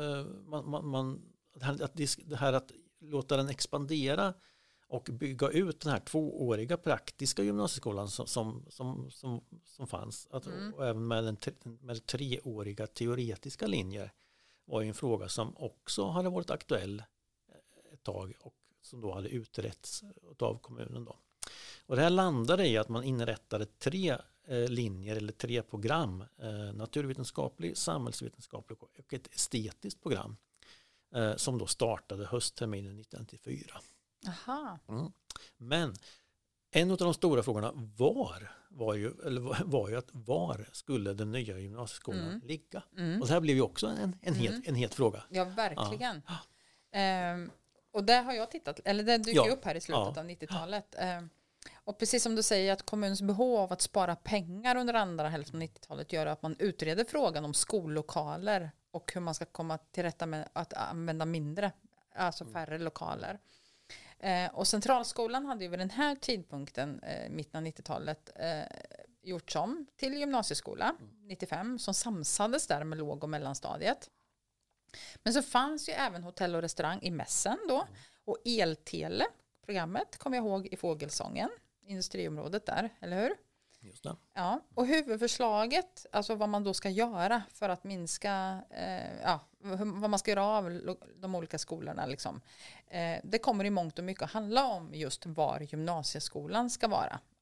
S2: det här att låta den expandera och bygga ut den här 2-åriga praktiska gymnasieskolan som fanns. Och även med 3-åriga teoretiska linjer var ju en fråga som också hade varit aktuell ett tag och som då hade utretts av kommunen då. Och det här landade i att man inrättade 3 linjer eller 3 program. Naturvetenskaplig, samhällsvetenskaplig och ett estetiskt program som då startade höstterminen 1994.
S1: Aha.
S2: Men en av de stora frågorna var ju att var skulle den nya gymnasieskolan ligga? Och det här blev ju också en het fråga.
S1: Ja, verkligen. Och där har jag tittat, eller det dyker upp här i slutet av 90-talet. Och precis som du säger, att kommunens behov av att spara pengar under andra hälften av 90-talet gör att man utreder frågan om skollokaler och hur man ska komma till rätta med att använda mindre, alltså färre lokaler. Och Centralskolan hade ju vid den här tidpunkten, mitten av 90-talet, gjorts om till gymnasieskola 95, som samsades där med låg- och mellanstadiet. Men så fanns ju även hotell och restaurang i mässen då, och eltele, programmet kommer jag ihåg i Fågelsången, industriområdet där, eller hur?
S2: Just det.
S1: Ja, och huvudförslaget, alltså vad man då ska göra för att minska, vad man ska göra av de olika skolorna liksom. Det kommer i mångt och mycket att handla om just var gymnasieskolan ska vara.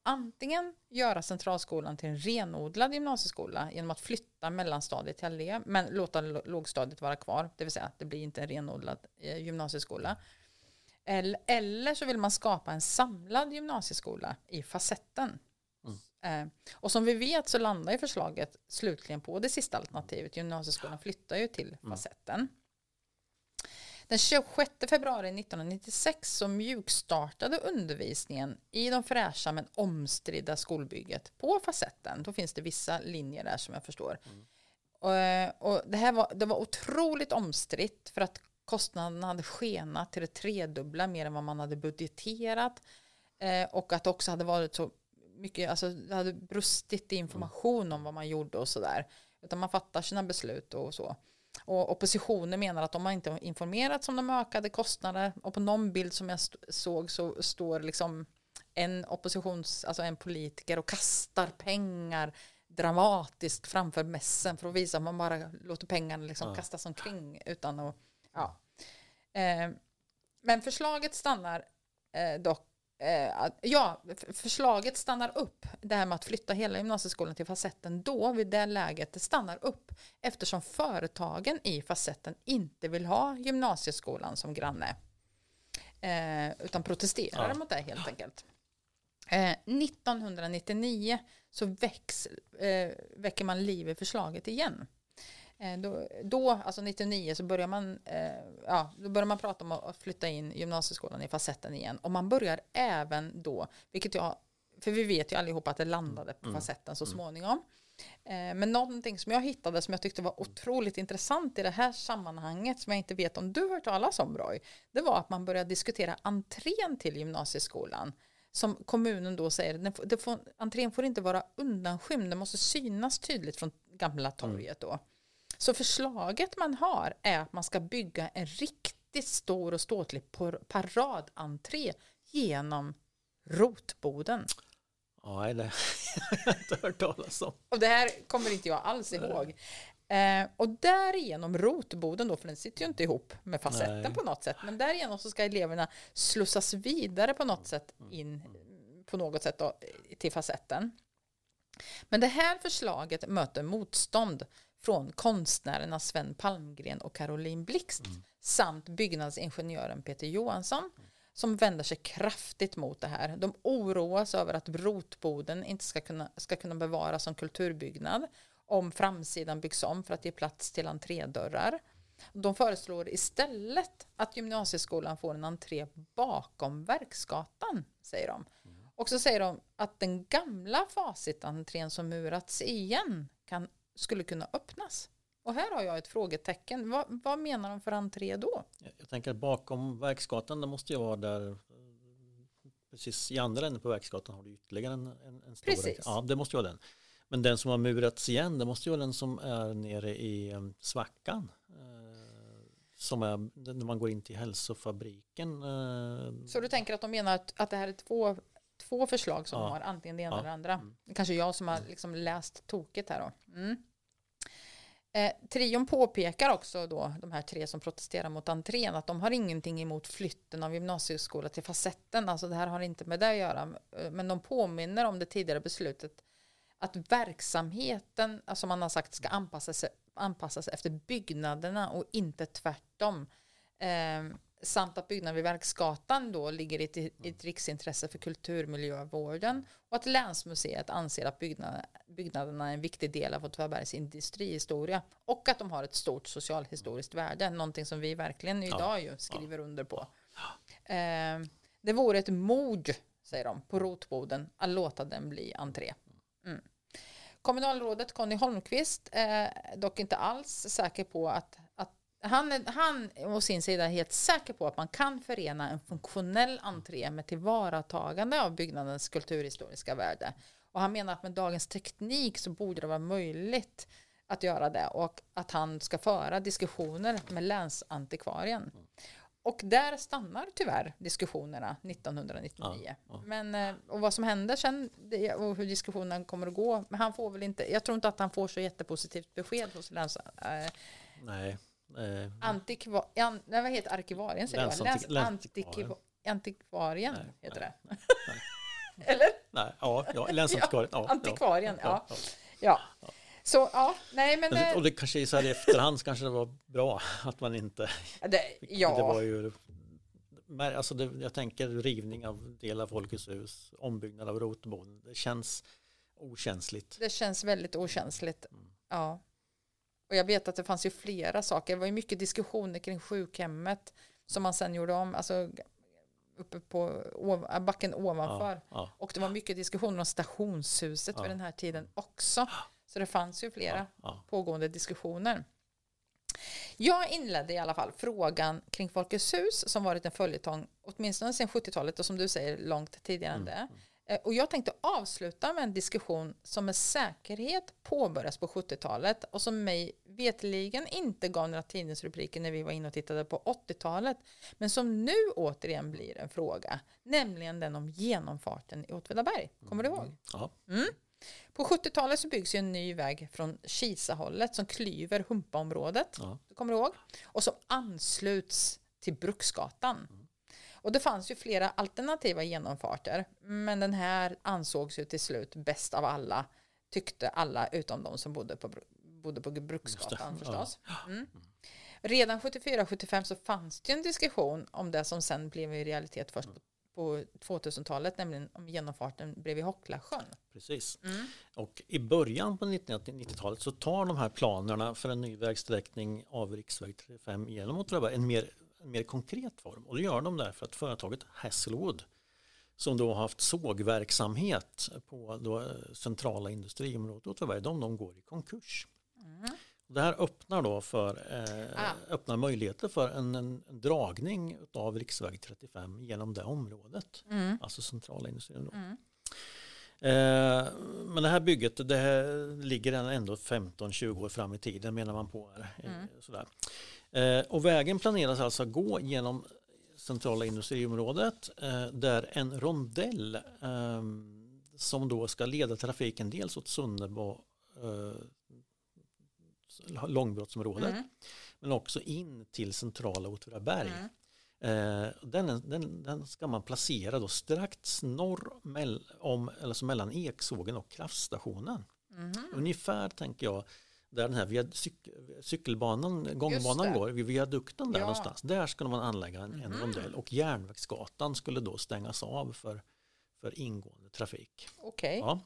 S1: antingen göra centralskolan till en renodlad gymnasieskola genom att flytta mellanstadiet till Allé, men låta lågstadiet vara kvar, det vill säga att det blir inte en renodlad gymnasieskola. Eller så vill man skapa en samlad gymnasieskola i Facetten. Och som vi vet så landar ju förslaget slutligen på det sista alternativet. Gymnasieskolan flyttar ju till Facetten. Den 26 februari 1996 så mjukstartade undervisningen i de fräscha men omstridda skolbygget på Facetten. Då finns det vissa linjer där som jag förstår. Och det var otroligt omstritt för att kostnaderna hade skenat till det tredubbla mer än vad man hade budgeterat. Och att det också hade varit så mycket, alltså det hade brustit i information om vad man gjorde och sådär. Utan man fattar sina beslut och så. Och oppositionen menar att de har inte informerats om de ökade kostnader. Och på någon bild som jag såg så står liksom en politiker och kastar pengar dramatiskt framför mässen för att visa att man bara låter pengarna liksom kastas omkring utan att, men förslaget stannar dock förslaget stannar upp, det här med att flytta hela gymnasieskolan till Facetten då, vid det läget, det stannar upp eftersom företagen i Facetten inte vill ha gymnasieskolan som granne utan protesterar mot det helt enkelt. 1999 så väcker man liv i förslaget igen. Alltså 1999 så börjar man prata om att flytta in gymnasieskolan i Facetten igen. Och man börjar även då, för vi vet ju allihopa att det landade på Facetten så småningom. Men någonting som jag hittade som jag tyckte var otroligt intressant i det här sammanhanget, som jag inte vet om du har hört talas om, Roy, det var att man började diskutera entrén till gymnasieskolan. Som kommunen då säger, entrén får inte vara undanskymd, det måste synas tydligt från gamla torget då. Så förslaget man har är att man ska bygga en riktigt stor och ståtlig paradentré genom Rotboden.
S2: Ja, det har jag inte hört talas om.
S1: Och det här kommer inte jag alls ihåg. Och därigenom Rotboden då, för den sitter ju inte ihop med Facetten på något sätt, men därigenom så ska eleverna slussas vidare på något sätt in på något sätt då, till Facetten. Men det här förslaget möter motstånd från konstnärerna Sven Palmgren och Caroline Blixt samt byggnadsingenjören Peter Johansson som vänder sig kraftigt mot det här. De oroas över att Rotboden inte ska kunna bevaras som kulturbyggnad om framsidan byggs om för att ge plats till entrédörrar. De föreslår istället att gymnasieskolan får en entré bakom Verksgatan, säger de. Och så säger de att den gamla Facitentrén som murats igen skulle kunna öppnas. Och här har jag ett frågetecken. Vad menar de för entré då?
S2: Jag tänker att bakom Verksgatan, det måste ju vara där, precis i andra änden på Verksgatan har du ytterligare en stor.
S1: Precis.
S2: Ja, det måste ju vara den. Men den som har murats igen, det måste ju vara den som är nere i Svackan. Som är när man går in till hälsofabriken.
S1: Så du tänker att de menar att det här är två förslag som har antingen det ena eller det andra. Kanske jag som har liksom läst toket här då. Trion påpekar också då, de här tre som protesterar mot entrén, att de har ingenting emot flytten av gymnasieskola till Facetten. Alltså det här har inte med det att göra. Men de påminner om det tidigare beslutet att verksamheten, alltså man har sagt, ska anpassas efter byggnaderna och inte tvärtom. Samt att byggnaden vid Verksgatan då ligger i ett riksintresse för kulturmiljövården och att Länsmuseet anser att byggnaderna är en viktig del av Åtvidabergs industrihistoria och att de har ett stort socialhistoriskt värde, någonting som vi verkligen idag ju skriver under på. Det vore ett mord, säger de, på Rotboden att låta den bli entré. Kommunalrådet Conny Holmqvist är dock inte alls säker på att han å sin sida är helt säker på att man kan förena en funktionell entré med tillvaratagande av byggnadens kulturhistoriska värde. Och han menar att med dagens teknik så borde det vara möjligt att göra det och att han ska föra diskussioner med länsantikvarien. Och där stannar tyvärr diskussionerna 1999. Men, och vad som händer sen och hur diskussionen kommer att gå, men han får väl inte, jag tror inte att han får så jättepositivt besked hos
S2: Nej.
S1: Vad heter arkivarien? Antikvarien heter det. Eller?
S2: Nej, länsantikvarien.
S1: Ja, antikvarien, ja. Så, nej men...
S2: Och det kanske är så här i efterhand kanske det var bra att man inte... Det var ju... Alltså jag tänker rivning av del av Folkets hus, ombyggnad av Roteboden. Det känns okänsligt.
S1: Det känns väldigt okänsligt, ja. Och jag vet att det fanns ju flera saker. Det var ju mycket diskussioner kring sjukhemmet som man sen gjorde om, alltså uppe på backen ovanför.
S2: Ja.
S1: Och det var mycket diskussioner om stationshuset vid den här tiden också. Så det fanns ju flera pågående diskussioner. Jag inledde i alla fall frågan kring Folkets hus som varit en följetong åtminstone sedan 70-talet och som du säger långt tidigare än det. Och jag tänkte avsluta med en diskussion som med säkerhet påbörjas på 70-talet och som mig vetligen inte gav några tidningsrubriker när vi var inne och tittade på 80-talet, men som nu återigen blir en fråga, nämligen den om genomfarten i Åtvidaberg. Kommer du ihåg?
S2: Ja.
S1: På 70-talet så byggs ju en ny väg från Kisahållet som klyver Humpaområdet. Du kommer ihåg? Och som ansluts till Bruksgatan. Och det fanns ju flera alternativa genomfarter. Men den här ansågs ju till slut bäst av alla. Tyckte alla utom de som bodde på Bruksgatan förstås. Redan 74-75 så fanns det en diskussion om det som sen blev i realitet först på 2000-talet, nämligen om genomfarten bredvid Hocklasjön.
S2: Precis. Och i början på 1990-talet så tar de här planerna för en ny vägsträckning av riksväg 35 genom Åtvidaberg en mer konkret form. Och det gör de därför att företaget Hasselwood, som då har haft sågverksamhet på centrala industriområdet Åtvidaberg, de går i konkurs. Det här öppnar då öppnar möjligheter för en dragning av riksväg 35 genom det området. Alltså centrala industriområdet. Men det här bygget ligger ändå 15-20 år fram i tiden menar man på här. Sådär. Och vägen planeras alltså gå genom centrala industriområdet där en rondell som då ska leda trafiken dels åt Sunnebo långbrottsområdet men också in till centrala Åtvidaberg. Den ska man placera då strax norr mellan Eksågen och kraftstationen. Ungefär tänker jag där den här gångbanan går vid viadukten där någonstans. Där skulle man anlägga en rondell och Järnvägsgatan skulle då stängas av för ingående trafik.
S1: Okej.
S2: Ja.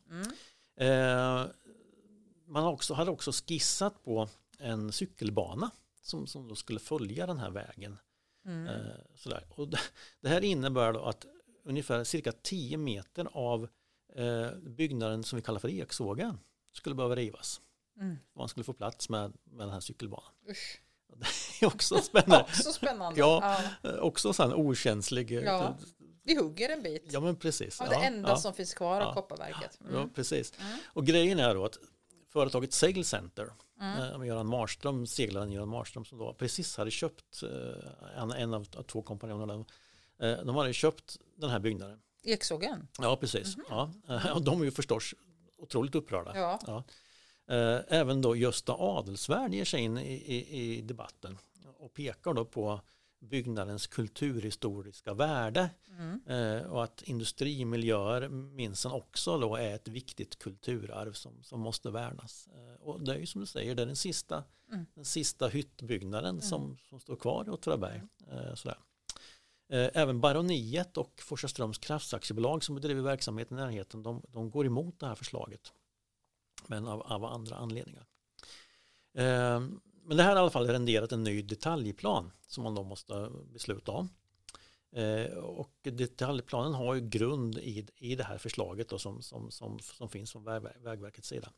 S2: Man hade också skissat på en cykelbana som då skulle följa den här vägen. Sådär. Och det här innebär då att ungefär cirka 10 meter av byggnaden som vi kallar för Eksågen skulle behöva rivas. Man skulle få plats med den här cykelbanan.
S1: Usch.
S2: Det är också spännande.
S1: Också spännande.
S2: Ja, också så här okänslig.
S1: Ja. Vi hugger en bit.
S2: Ja, men precis.
S1: Av det enda som finns kvar av kopparverket.
S2: Ja, precis. Och grejen är då att företaget Sail Center, seglaren Göran Marström som då precis hade köpt en av 2 kompanjoner. De hade köpt den här byggnaden.
S1: Eksågen?
S2: Ja, precis. Ja. Och de är ju förstås otroligt upprörda.
S1: Ja.
S2: Även då Gösta Adelsvärd ger sig in i debatten och pekar då på byggnadens kulturhistoriska värde och att industrimiljöer minsann också då är ett viktigt kulturarv som måste värnas. Och det är ju som du säger, det är den sista hyttbyggnaden som står kvar i Åtvidaberg. Sådär. Även Baroniet och Forsaströms kraftsaktiebolag som bedriver verksamhet i närheten, de går emot det här förslaget. Men av andra anledningar. Men det här har i alla fall renderat en ny detaljplan som man då måste besluta om. Och detaljplanen har ju grund i det här förslaget då som finns från Vägverkets sida.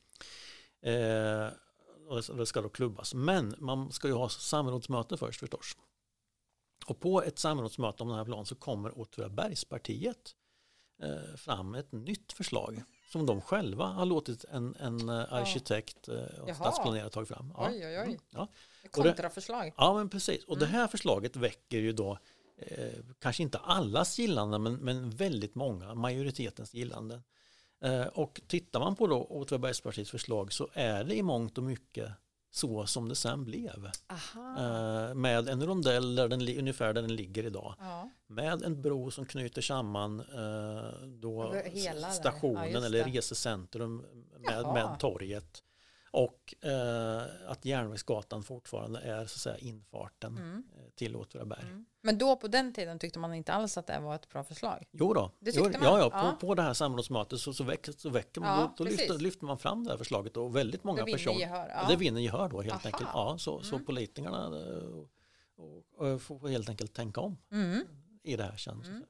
S2: Och det ska då klubbas. Men man ska ju ha samrådsmöte först förstås. Och på ett samrådsmöte om den här planen så kommer Åtvidabergspartiet fram ett nytt förslag som de själva har låtit en arkitekt och stadsplanerare tagit fram. Ja.
S1: Oj.
S2: Ja.
S1: Kontraförslag.
S2: Ja, men precis. Och det här förslaget väcker ju då kanske inte allas gillande men väldigt många, majoritetens gillande. Och tittar man på då Åtvidabergspartiets förslag så är det i mångt och mycket så som det sen blev.
S1: Aha.
S2: Med en rondell ungefär där den ligger idag.
S1: Ja.
S2: Med en bro som knyter samman då stationen eller resecentrum med torget. Och att Järnvägsgatan fortfarande är så att säga infarten till Åtvidaberg.
S1: Men då på den tiden tyckte man inte alls att det var ett bra förslag?
S2: Jo då.
S1: Det tyckte man.
S2: På det här samrådsmötet så väcker man, då lyfter man fram det här förslaget och väldigt många personer. Det vinner gehör då helt enkelt. Ja, så politikerna och får helt enkelt tänka om i det här känns.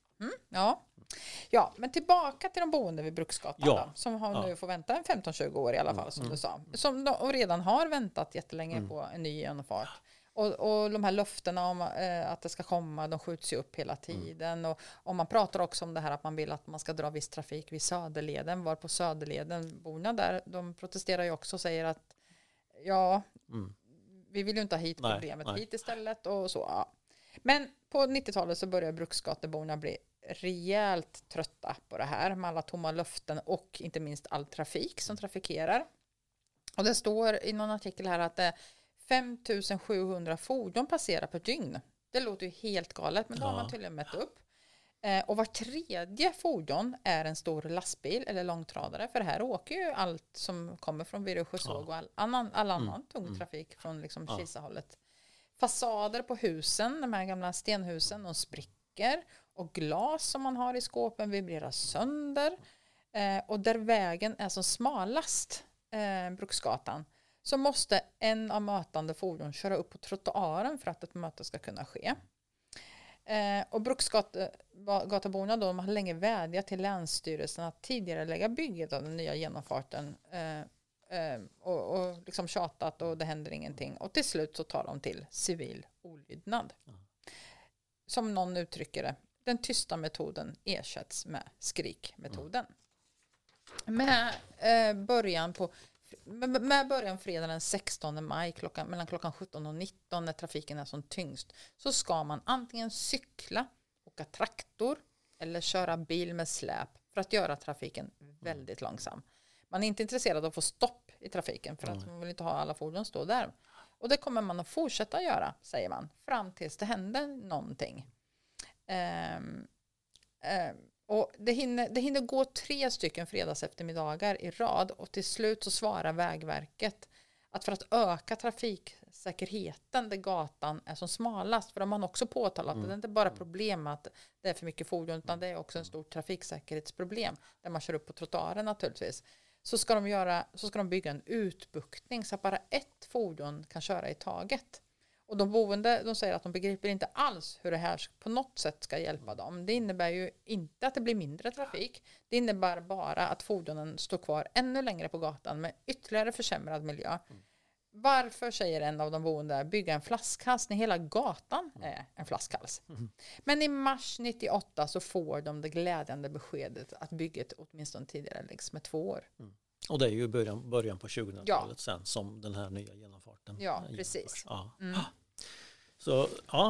S1: Ja, men tillbaka till de boende vid Bruksgatan då, som nu får vänta en 15-20 år i alla fall som du sa. Och redan har väntat jättelänge på en ny genomfart. Och de här löftena om att det ska komma, de skjuts ju upp hela tiden. Och man pratar också om det här att man vill att man ska dra viss trafik vid Söderleden. Var på Söderleden, borna där, de protesterar ju också och säger att vi vill ju inte ha hit problemet hit istället och så. Ja. Men på 90-talet så börjar Bruksgateborna bli rejält trötta på det här med alla tomma löften och inte minst all trafik som trafikerar. Och det står i någon artikel här att 5700 fordon passerar per dygn. Det låter ju helt galet, men då har man tydligen mätt upp. Och var tredje fordon är en stor lastbil eller långtradare, för här åker ju allt som kommer från Virusjösåg och all annan tung trafik från liksom Kisahållet. Fasader på husen, de här gamla stenhusen, de spricker och glas som man har i skåpen vibrerar sönder. Och där vägen är som smalast, Bruksgatan, så måste en av mötande fordon köra upp på trottoaren för att ett möte ska kunna ske. Och Bruksgataborna då, de har länge vädjat till Länsstyrelsen att tidigare lägga bygget av den nya genomfarten och liksom tjatat och det händer ingenting. Och till slut så tar de till civil olydnad. Som någon uttrycker det, den tysta metoden ersätts med skrikmetoden. Med början fredag den 16 maj mellan klockan 17 och 19 när trafiken är som tyngst, så ska man antingen cykla, åka traktor eller köra bil med släp för att göra trafiken väldigt långsam. Man är inte intresserad av att få stopp i trafiken för att man vill inte ha alla fordon stå där. Och det kommer man att fortsätta göra, säger man, fram tills det händer någonting. Och det hinner gå 3 stycken fredags eftermiddagar i rad, och till slut så svarar Vägverket att för att öka trafiksäkerheten där gatan är som smalast, för de har man också påtalat att det är inte bara problem att det är för mycket fordon, utan det är också en stor trafiksäkerhetsproblem där man kör upp på trottoaren naturligtvis. Så ska de bygga en utbuktning så att bara ett fordon kan köra i taget. Och de boende, de säger att de begriper inte alls hur det här på något sätt ska hjälpa dem. Det innebär ju inte att det blir mindre trafik. Det innebär bara att fordonen står kvar ännu längre på gatan med ytterligare försämrad miljö. Varför, säger en av de boende, bygga en flaskhals när hela gatan är en flaskhals? Men i mars 98 så får de det glädjande beskedet att bygget åtminstone tidigare läggs med 2 år.
S2: Och det är ju början på 2000-talet sen som den här nya genomfarten.
S1: Ja, precis.
S2: Så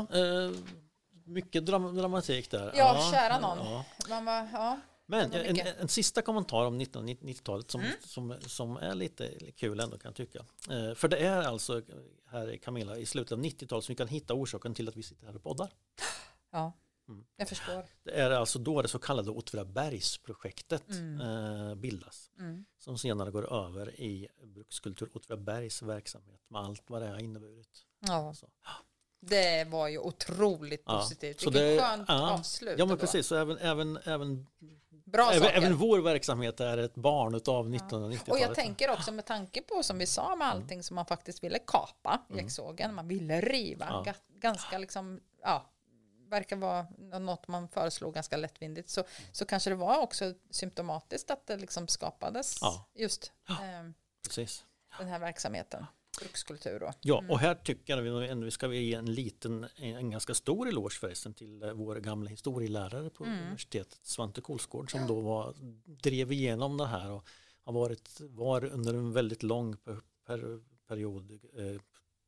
S2: mycket dramatik där.
S1: Ja, kära någon.
S2: Men en sista kommentar om 1990-talet som är lite kul ändå, kan jag tycka. För det är alltså här, Camilla, i slutet av 90-talet som vi kan hitta orsaken till att vi sitter här och poddar.
S1: Ja, jag förstår.
S2: Det är alltså då det så kallade Åtvidabergsprojektet bildas. Som senare går över i Brukskultur Åtvidabergs verksamhet med allt vad det har inneburit.
S1: Ja.
S2: Alltså.
S1: Det var ju otroligt positivt. Vilket skönt avslut.
S2: Ja, men precis. Så även
S1: även
S2: vår verksamhet är ett barn av 1990-talet.
S1: Och jag tänker också med tanke på, som vi sa, med allting som man faktiskt ville kapa i Eksågen. Man ville riva. Ganska liksom, verkar vara något man föreslog ganska lättvindigt. Så kanske det var också symptomatiskt att det liksom skapades just
S2: precis.
S1: Den här verksamheten. Brukskultur då.
S2: Ja, och här tycker vi ska vi ge en ganska stor eloge förresten till vår gamla historielärare på universitetet, Svante Kolsgård, som då drev igenom det här och var under en väldigt lång period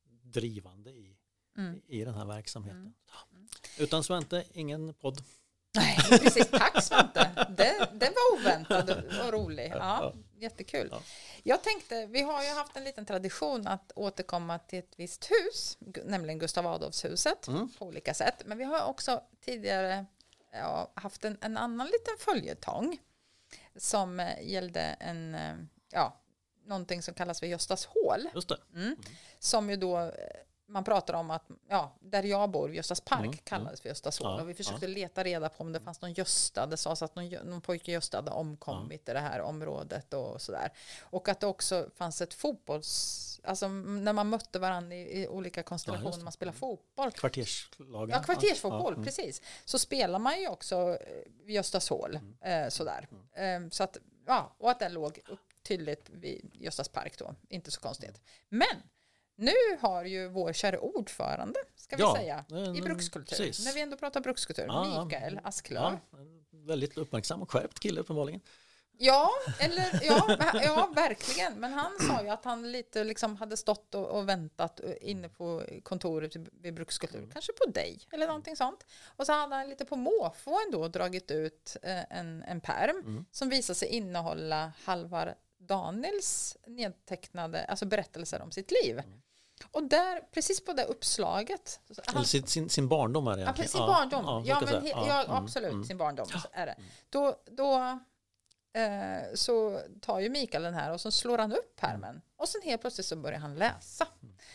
S2: drivande i den här verksamheten. Utan Svante, ingen podd.
S1: Nej, precis. Tack Svante. Det var oväntat och roligt. Ja, jättekul.
S2: Ja.
S1: Jag tänkte, vi har ju haft en liten tradition att återkomma till ett visst hus, nämligen Gustav Adolfshuset på olika sätt. Men vi har också tidigare haft en annan liten följetong som gällde någonting som kallas för Göstas hål.
S2: Just det.
S1: Som ju då man pratar om att där jag bor, Göstas park kallades för Göstas hål. Och vi försökte leta reda på om det fanns någon Gösta. Det sades att någon pojke Gösta hade omkommit i det här området och sådär. Och att det också fanns ett alltså när man mötte varandra i olika konstellationer, man spelar fotboll.
S2: Kvarterslagen.
S1: Ja, kvartersfotboll, precis. Så spelar man ju också Göstas hål, sådär. Så att, och att den låg tydligt vid Göstas park då. Inte så konstigt. Men nu har ju vår kära ordförande, ska vi säga, i brukskultur.
S2: Precis.
S1: När vi ändå pratar brukskultur. Mikael Asklöv.
S2: Ja, väldigt uppmärksam och skärpt kille uppenbarligen.
S1: Ja, verkligen. Men han sa ju att han lite liksom hade stått och väntat inne på kontoret vid brukskultur. Kanske på dig eller någonting sånt. Och så hade han lite på måfå ändå dragit ut en pärm som visade sig innehålla Halvar Daniels nedtecknade, alltså berättelser om sitt liv. Och där, precis på det uppslaget.
S2: Eller sin barndom är det egentligen.
S1: Ja, sin barndom. Absolut, sin barndom är det. Då så tar ju Mikael den här och så slår han upp pärmen. Och sen helt plötsligt så börjar han läsa.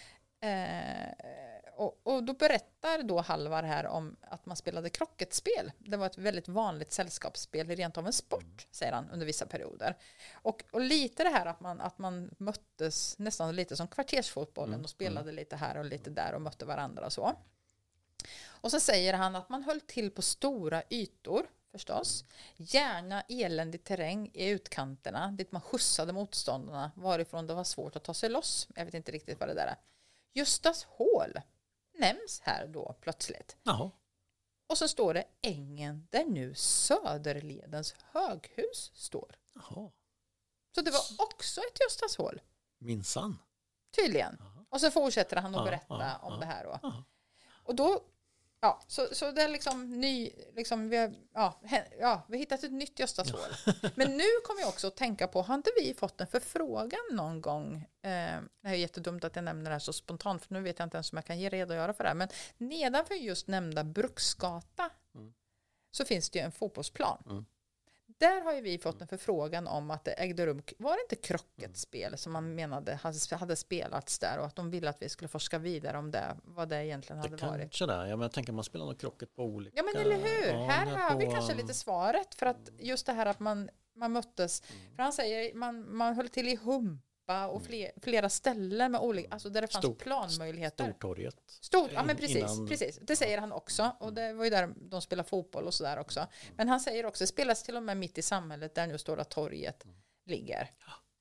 S1: Och då berättar då Halvar här om att man spelade krocketspel. Det var ett väldigt vanligt sällskapsspel, rent av en sport, säger han, under vissa perioder. Och lite det här att man möttes nästan lite som kvartersfotbollen och spelade lite här och lite där och mötte varandra och så. Och så säger han att man höll till på stora ytor, förstås. Gärna eländig terräng i utkanterna, dit man skjutsade motståndarna varifrån det var svårt att ta sig loss. Jag vet inte riktigt vad det där är. Göstas hål nämns här då plötsligt.
S2: Jaha.
S1: Och så står det ängen där nu Söderledens höghus står.
S2: Jaha.
S1: Så det var också ett Göstas hål.
S2: Minsann.
S1: Tydligen. Jaha. Och så fortsätter han att berätta om det här då. Jaha. Och då så det är liksom vi har hittat ett nytt Göstas hål. Men nu kommer jag också att tänka på, har inte vi fått en förfrågan någon gång? Det är jättedumt att jag nämner det här så spontant, för nu vet jag inte ens om jag kan redogöra för det här. Men nedanför just nämnda Bruksgata så finns det ju en fotbollsplan. Där har ju vi fått en förfrågan om att det ägde rum, var det inte krocketspel som man menade hade spelats där, och att de ville att vi skulle forska vidare om det, vad det egentligen hade varit.
S2: Kanske det, jag tänker man spelar något krocket på olika...
S1: Ja, men eller hur? Här har vi kanske lite svaret, för att just det här att man möttes, för han säger man höll till i Humpa och flera ställen med olika, alltså där det fanns planmöjligheter.
S2: Stortorget.
S1: Ja, men precis. Det säger han också, och det var ju där de spelar fotboll och sådär också. Men han säger också, det spelas till och med mitt i samhället där nu Stora torget ligger.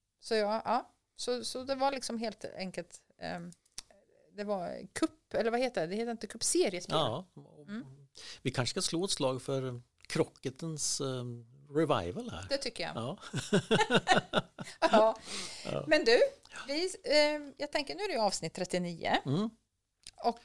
S1: Så så det var liksom helt enkelt det var kupp, eller vad heter det? Det heter inte kupp, seriespel.
S2: Ja. Vi kanske ska slå ett slag för krocketens revival här.
S1: Det tycker jag.
S2: Ja.
S1: Ja. Men du, jag tänker nu är det avsnitt 39. Och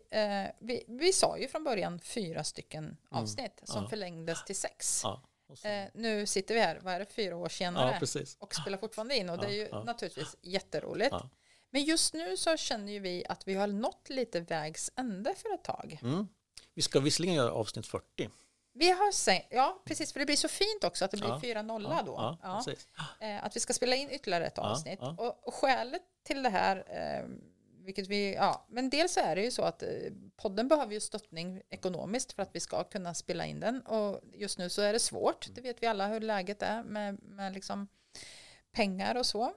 S1: vi sa ju från början 4 stycken avsnitt som förlängdes till 6.
S2: Ja.
S1: Nu sitter vi här, vad är det, 4 år senare och spelar fortfarande in, och det är ju naturligtvis jätteroligt. Ja. Men just nu så känner ju vi att vi har nått lite vägs ände för ett tag.
S2: Vi ska visserligen göra avsnitt 40.
S1: Vi har precis, för det blir så fint också att det blir 4-0 då. Att vi ska spela in ytterligare ett avsnitt. Och skälet till det här, vilket men dels är det ju så att podden behöver ju stöttning ekonomiskt för att vi ska kunna spela in den. Och just nu så är det svårt, det vet vi alla hur läget är med liksom pengar och så.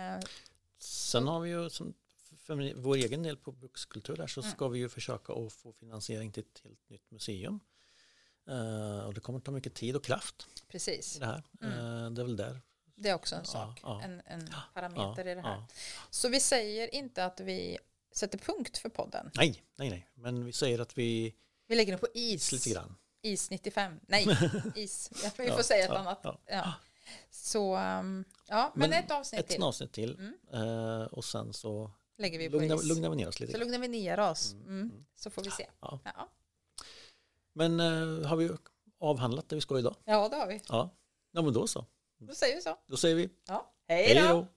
S2: Sen har vi ju, för vår egen del på brukskultur där, så ska vi ju försöka att få finansiering till ett helt nytt museum. Och det kommer att ta mycket tid och kraft.
S1: Precis.
S2: Det här. Det är väl där.
S1: Det är också en sak, en parameter i det här. Så vi säger inte att vi sätter punkt för podden.
S2: Nej. Men vi säger att vi
S1: lägger den på is.
S2: Lite grann.
S1: Is 95. Nej, is. Vi får säga ett annat. Ja. Så, men ett avsnitt till.
S2: Ett avsnitt till. Och sen så
S1: lägger vi
S2: lugnar vi ner oss lite.
S1: Så lugnar vi ner oss. Så får vi se.
S2: Ja. Men har vi avhandlat det vi ska idag.
S1: Ja, det har vi.
S2: Ja, men då så.
S1: Då säger vi så.
S2: Då säger vi
S1: Ja.
S2: hej då.